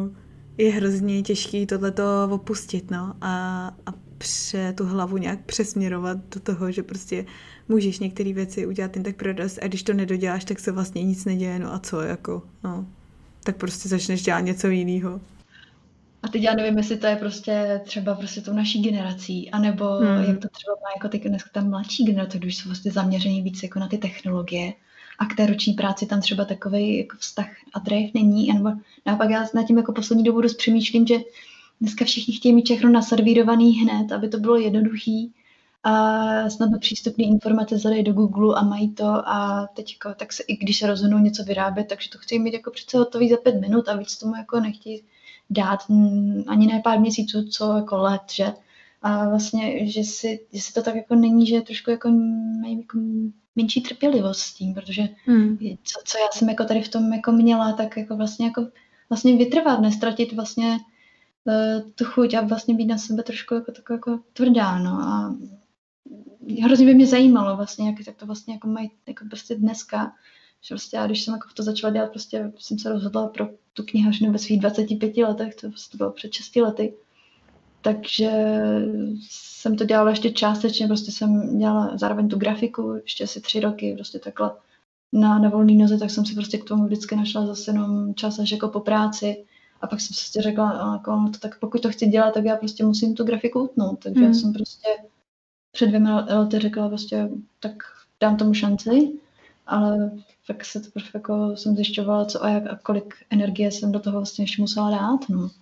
S1: je hrozně těžký tohleto opustit, no, a tu hlavu nějak přesměrovat do toho, že prostě můžeš některé věci udělat jen tak pro radost a když to nedoděláš, tak se vlastně nic neděje, no a co, jako, no, tak prostě začneš dělat něco jiného.
S2: A teď já nevím, jestli to je prostě třeba prostě tou naší generací, anebo jak to třeba má jako teď dneska ta mladší generace, když jsou vlastně zaměření víc jako na ty technologie a k té ruční práci tam třeba takovej jako vztah a drive není, anebo naopak já nad tím jako poslední dobu dost přemýšlím, že dneska všichni chtějí mít všechno naservírovaný hned, aby to bylo jednoduchý a snadno přístupné informace zadají do Google a mají to a teď jako, tak se, i když se rozhodnou něco vyrábět, takže to chtějí mít jako přece hotový za 5 minut a víc tomu jako nechtějí dát ani ne pár měsíců, co jako let, že? A vlastně, že si to tak jako není, že trošku jako mají jako menší trpělivost s tím, protože co já jsem jako tady v tom jako měla, tak jako vlastně vytrvat, nestratit vlastně tu chuť a vlastně být na sebe trošku jako taková jako tvrdá, no a hrozně by mě zajímalo vlastně, jak to vlastně jako mají jako prostě dneska, že prostě já, když jsem jako to začala dělat, prostě jsem se rozhodla pro tu knihařinu ve svých 25 letech, to bylo před 6 lety, takže jsem to dělala ještě částečně, prostě jsem dělala zároveň tu grafiku, ještě asi 3 roky, prostě takhle na volný noze, tak jsem si prostě k tomu vždycky našla zase jenom čas až jako po práci a pak jsem si řekla, jako, no to tak pokud to chci dělat, tak já prostě musím tu grafiku utnout, takže já jsem prostě před 2 lety řekla prostě, tak dám tomu šanci, ale tak se to prostě jako jsem zjišťovala, co a jak a kolik energie jsem do toho vlastně ještě musela dát, no.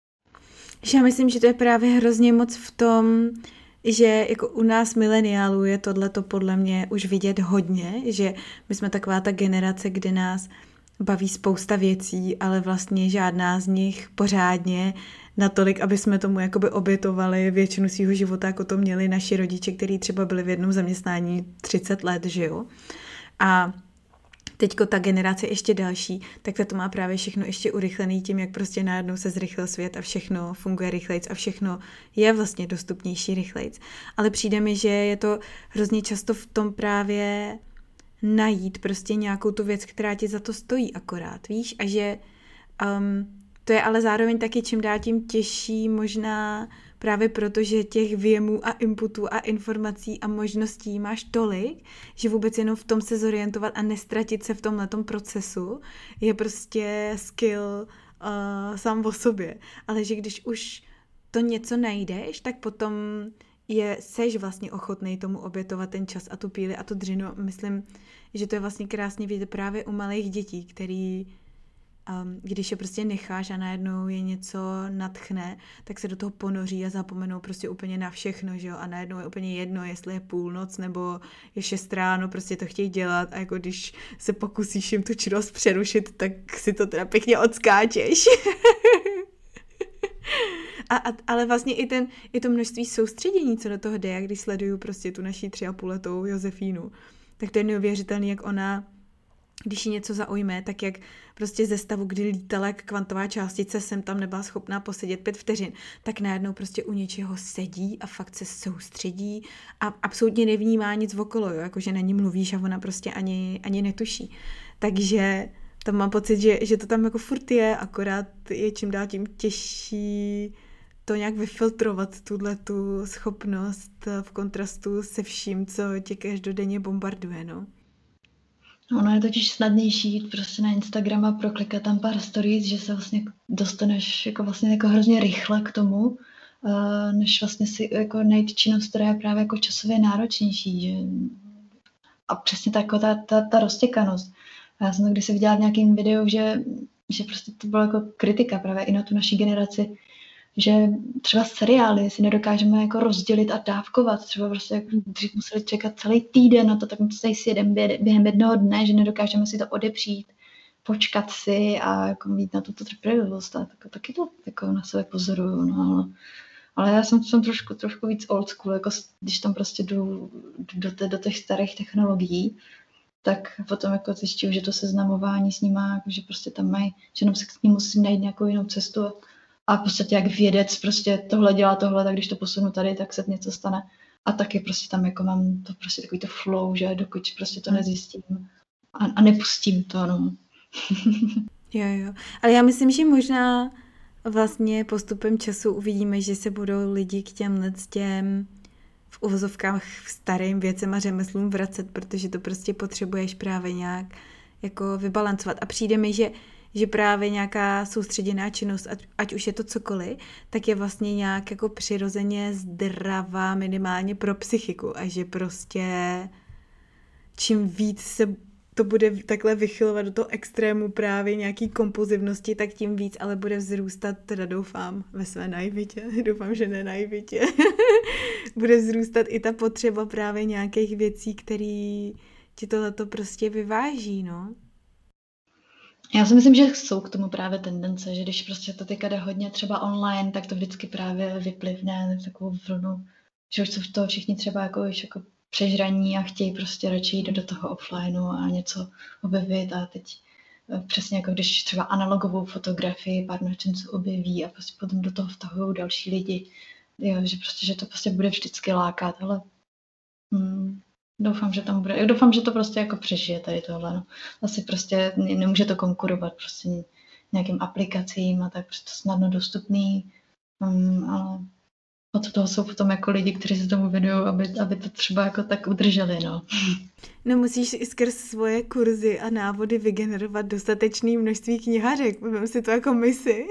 S1: Já myslím, že to je právě hrozně moc v tom, že jako u nás mileniálů je tohleto podle mě už vidět hodně, že my jsme taková ta generace, kde nás baví spousta věcí, ale vlastně žádná z nich pořádně natolik, aby jsme tomu jakoby obětovali většinu svého života, jako to měli naši rodiče, kteří třeba byli v jednom zaměstnání 30 let, že jo. A teďko ta generace ještě další, tak ta to má právě všechno ještě urychlený tím, jak prostě najednou se zrychlil svět a všechno funguje rychlejc a všechno je vlastně dostupnější rychlejc. Ale přijde mi, že je to hrozně často v tom právě najít prostě nějakou tu věc, která ti za to stojí akorát, víš? A že to je ale zároveň taky čím dál tím těžší možná právě proto, že těch věmů a inputů a informací a možností máš tolik, že vůbec jenom v tom se zorientovat a nestratit se v tomhletom procesu je prostě skill sám o sobě. Ale že když už to něco najdeš, tak potom seš vlastně ochotnej tomu obětovat ten čas a tu píli a tu dřinu. Myslím, že to je vlastně krásně vidět právě u malých dětí, který když je prostě necháš a najednou je něco nadchne, tak se do toho ponoří a zapomenou prostě úplně na všechno, že jo? A najednou je úplně jedno, jestli je půlnoc nebo je 6 ráno, prostě to chtějí dělat a jako když se pokusíš jim tu činnost přerušit, tak si to teda pěkně odskáčeš. Ale vlastně i to množství soustředění, co do toho jde, jak když sleduju prostě tu naší 3,5letou Josefínu, tak to je neuvěřitelný, jak ona, když ji něco zaujme, tak jak prostě ze stavu, kdy lítala jak kvantová částice, jsem tam nebyla schopná posedět 5 vteřin, tak najednou prostě u něčeho sedí a fakt se soustředí a absolutně nevnímá nic okolo, jo? Jakože na ní mluvíš a ona prostě ani netuší. Takže tam mám pocit, že to tam jako furt je, akorát je čím dál tím těžší to nějak vyfiltrovat, tu schopnost v kontrastu se vším, co tě každodenně bombarduje, no.
S2: Ono je totiž snadnější jít prostě na Instagram a proklikat tam pár stories, že se vlastně dostaneš jako vlastně jako hrozně rychle k tomu, než vlastně si jako najít činnost, která je právě jako časově náročnější. Že... A přesně ta roztěkanost. A já jsem to kdysi viděla v nějakém videu, že prostě to bylo jako kritika právě i na tu naší generaci, že třeba seriály si nedokážeme jako rozdělit a dávkovat. Třeba prostě jako dřív museli čekat celý týden na to, tak museli si během jednoho dne, že nedokážeme si to odepřít, počkat si a jako mít na to trpělivost. A taky to jako na sebe pozoruju. No. Ale já jsem trošku víc old school, jako když tam prostě jdu do těch starých technologií, tak potom jako zjišťuju, že to seznamování s nima, že prostě tam mají, že jenom se k ním musím najít nějakou jinou cestu a v podstatě jak vědec prostě tohle dělá tohle, tak když to posunu tady, tak se něco stane. A taky prostě tam jako mám to prostě takový to flow, že dokud prostě to nezjistím a nepustím to, no.
S1: Jo. Ale já myslím, že možná vlastně postupem času uvidíme, že se budou lidi k těm v uvozovkách starým věcem a řemeslům vracet, protože to prostě potřebuješ právě nějak jako vybalancovat. A přijde mi, že že právě nějaká soustředěná činnost, ať už je to cokoliv, tak je vlastně nějak jako přirozeně zdravá minimálně pro psychiku a že prostě čím víc se to bude takhle vychylovat do toho extrému právě nějaký kompulzivnosti, tak tím víc ale bude vzrůstat, teda doufám, ve své naivitě, doufám, že ne naivitě, bude vzrůstat i ta potřeba právě nějakých věcí, který ti tohleto prostě vyváží, no.
S2: Já si myslím, že jsou k tomu právě tendence, že když prostě to teďka jde hodně třeba online, tak to vždycky právě vyplivne v takovou vlnu, že už jsou v toho všichni třeba jako přežraní a chtějí prostě radši jít do toho offlineu a něco objevit a teď přesně jako když třeba analogovou fotografii pár nadšenců objeví a prostě potom do toho vtahují další lidi, jo, že to prostě bude vždycky lákat, ale doufám, že tam bude, doufám, že to prostě jako přežije tady tohle, no. Asi prostě nemůže to konkurovat prostě nějakým aplikacím a tak prostě snadno dostupný, ale od toho jsou potom jako lidi, kteří se tomu věnují, aby to třeba jako tak udrželi, no.
S1: No musíš i skrz svoje kurzy a návody vygenerovat dostatečné množství knihařek. Vem si to jako misi.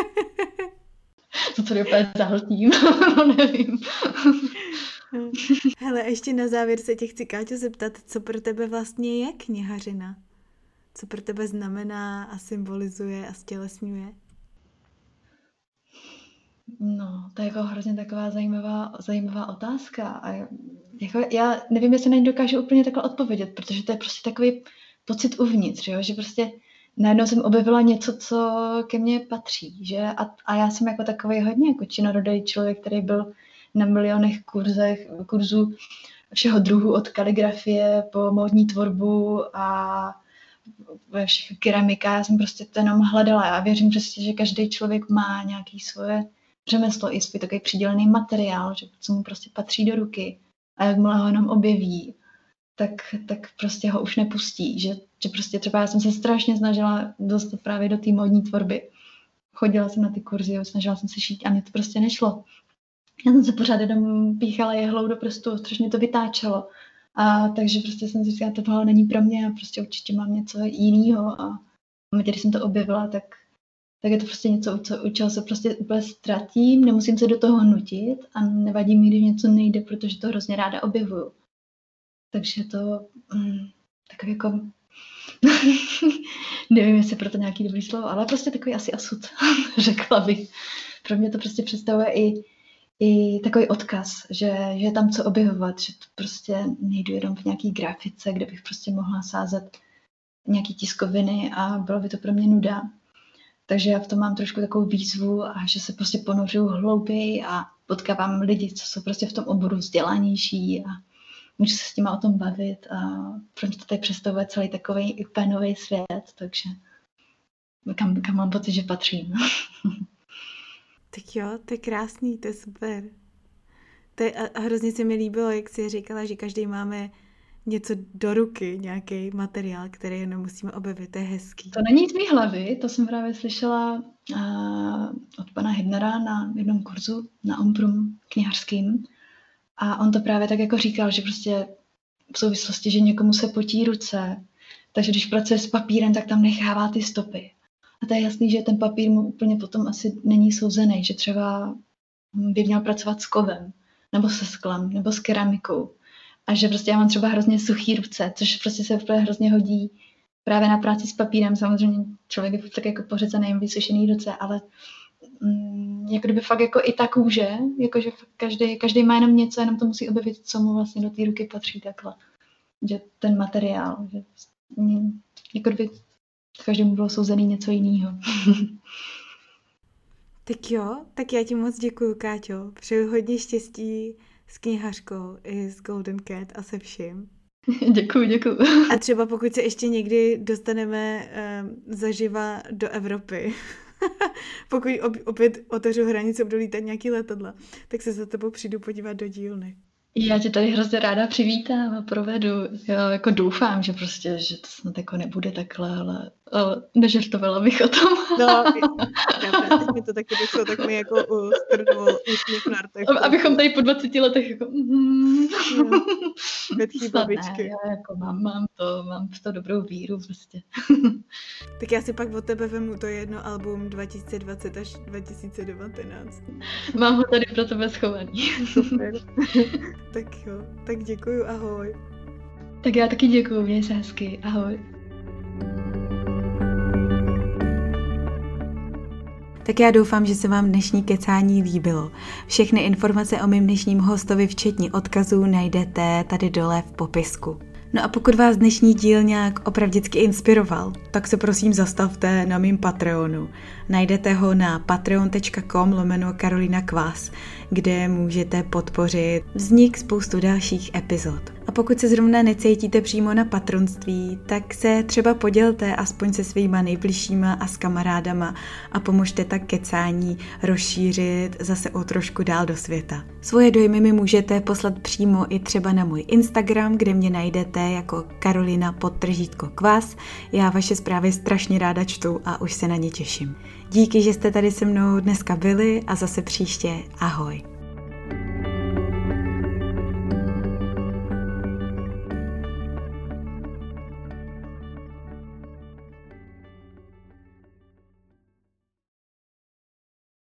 S2: To tady úplně zahltím, no nevím.
S1: Hele, ještě na závěr se tě chci, Káťo, zeptat, co pro tebe vlastně je knihařina? Co pro tebe znamená a symbolizuje a stělesňuje?
S2: No, to je jako hrozně taková zajímavá otázka. A jako já nevím, jestli na ní dokážu úplně takhle odpovědět, protože to je prostě takový pocit uvnitř, jo? Že prostě najednou jsem objevila něco, co ke mně patří, že? A já jsem jako takový hodně jako činorodý člověk, který byl na milionech kurzů všeho druhu, od kaligrafie po módní tvorbu a ve všech keramika. Já jsem prostě to jenom hledala. Já věřím prostě, že každý člověk má nějaký svoje řemeslo, i svůj takový přidělený materiál, že co mu prostě patří do ruky. A jakmile ho jenom objeví, tak prostě ho už nepustí. Že prostě třeba já jsem se strašně snažila dostat právě do té módní tvorby. Chodila jsem na ty kurzy, snažila jsem se šít a mě to prostě nešlo. Já jsem se pořád jenom píchala jehlou do prstu, strašně to vytáčelo. A takže prostě jsem si říkala, tohle není pro mě a prostě určitě mám něco jiného. A když jsem to objevila, tak je to prostě něco, u čeho se prostě úplně ztratím, nemusím se do toho nutit a nevadí mi, když něco nejde, protože to hrozně ráda objevuju. Takže to takový jako, nevím, jestli pro to nějaký dobrý slovo, ale prostě takový asi asud, řekla bych. Pro mě to prostě představuje i takový odkaz, že je tam co objevovat, že to prostě nejdu jenom v nějaký grafice, kde bych prostě mohla sázet nějaký tiskoviny a bylo by to pro mě nuda. Takže já v tom mám trošku takovou výzvu a že se prostě ponořuju hlouběji a potkávám lidi, co jsou prostě v tom oboru vzdělanější a můžu se s těma o tom bavit a pro mě to tady představuje celý takový úplně nový svět, takže kam mám pocit, že patřím.
S1: Tak jo, to je krásný, to je super. A hrozně se mi líbilo, jak jsi říkala, že každý máme něco do ruky, nějaký materiál, který jenom musíme objevit, to je hezký.
S2: To není z mý hlavy, to jsem právě slyšela od pana Hybnera na jednom kurzu na Ombrum knihařským a on to právě tak jako říkal, že prostě v souvislosti, že někomu se potí ruce, takže když pracuje s papírem, tak tam nechává ty stopy. A to je jasný, že ten papír mu úplně potom asi není souzený, že třeba by měl pracovat s kovem, nebo se sklem, nebo s keramikou. A že prostě já mám třeba hrozně suchý ruce, což prostě se úplně hrozně hodí právě na práci s papírem. Samozřejmě člověk je tak jako pořezaný, vysušený ruce, ale jako kdyby fakt jako i ta kůže, jakože každý má jenom něco, jenom to musí objevit, co mu vlastně do té ruky patří takhle. Že ten materiál, že jako kdyby každému bylo souzený něco jiného.
S1: Tak jo, tak já ti moc děkuju, Káťo. Přeju hodně štěstí s knihařkou i s Golden Cat a se vším.
S2: Děkuju.
S1: A třeba pokud se ještě někdy dostaneme zaživa do Evropy, pokud opět otevřu hranice, budou lítat nějaký letadla, tak se za tebou přijdu podívat do dílny.
S2: Já tě tady hrozně ráda přivítám a provedu. Já jako doufám, že prostě, že to snad jako nebude takhle, ale nežertovala bych o tom.
S1: No, já teď mi to taky došlo, tak mi jako strnul úsměv na rtech.
S2: Abychom tady po 20 letech jako
S1: Větší babičky.
S2: Ne, já jako mám to dobrou víru prostě.
S1: Tak já si pak od tebe vemu to jedno album 2020 až 2019.
S2: Mám ho tady pro tebe schovaný.
S1: Super. Tak jo, tak děkuju, ahoj.
S2: Tak já taky děkuju, měj se hezky, ahoj.
S1: Tak já doufám, že se vám dnešní kecání líbilo. Všechny informace o mém dnešním hostovi, včetně odkazů, najdete tady dole v popisku. No a pokud vás dnešní díl nějak opravdicky inspiroval, tak se prosím zastavte na mým Patreonu. Najdete ho na patreon.com/Karolina Kvas, kde můžete podpořit vznik spoustu dalších epizod. A pokud se zrovna necítíte přímo na patronství, tak se třeba podělte aspoň se svýma nejbližšíma a s kamarádama a pomožte tak kecání rozšířit zase o trošku dál do světa. Svoje dojmy mi můžete poslat přímo i třeba na můj Instagram, kde mě najdete jako Karolina_Kvas. Já vaše zprávy strašně ráda čtu a už se na ně těším. Díky, že jste tady se mnou dneska byli a zase příště. Ahoj.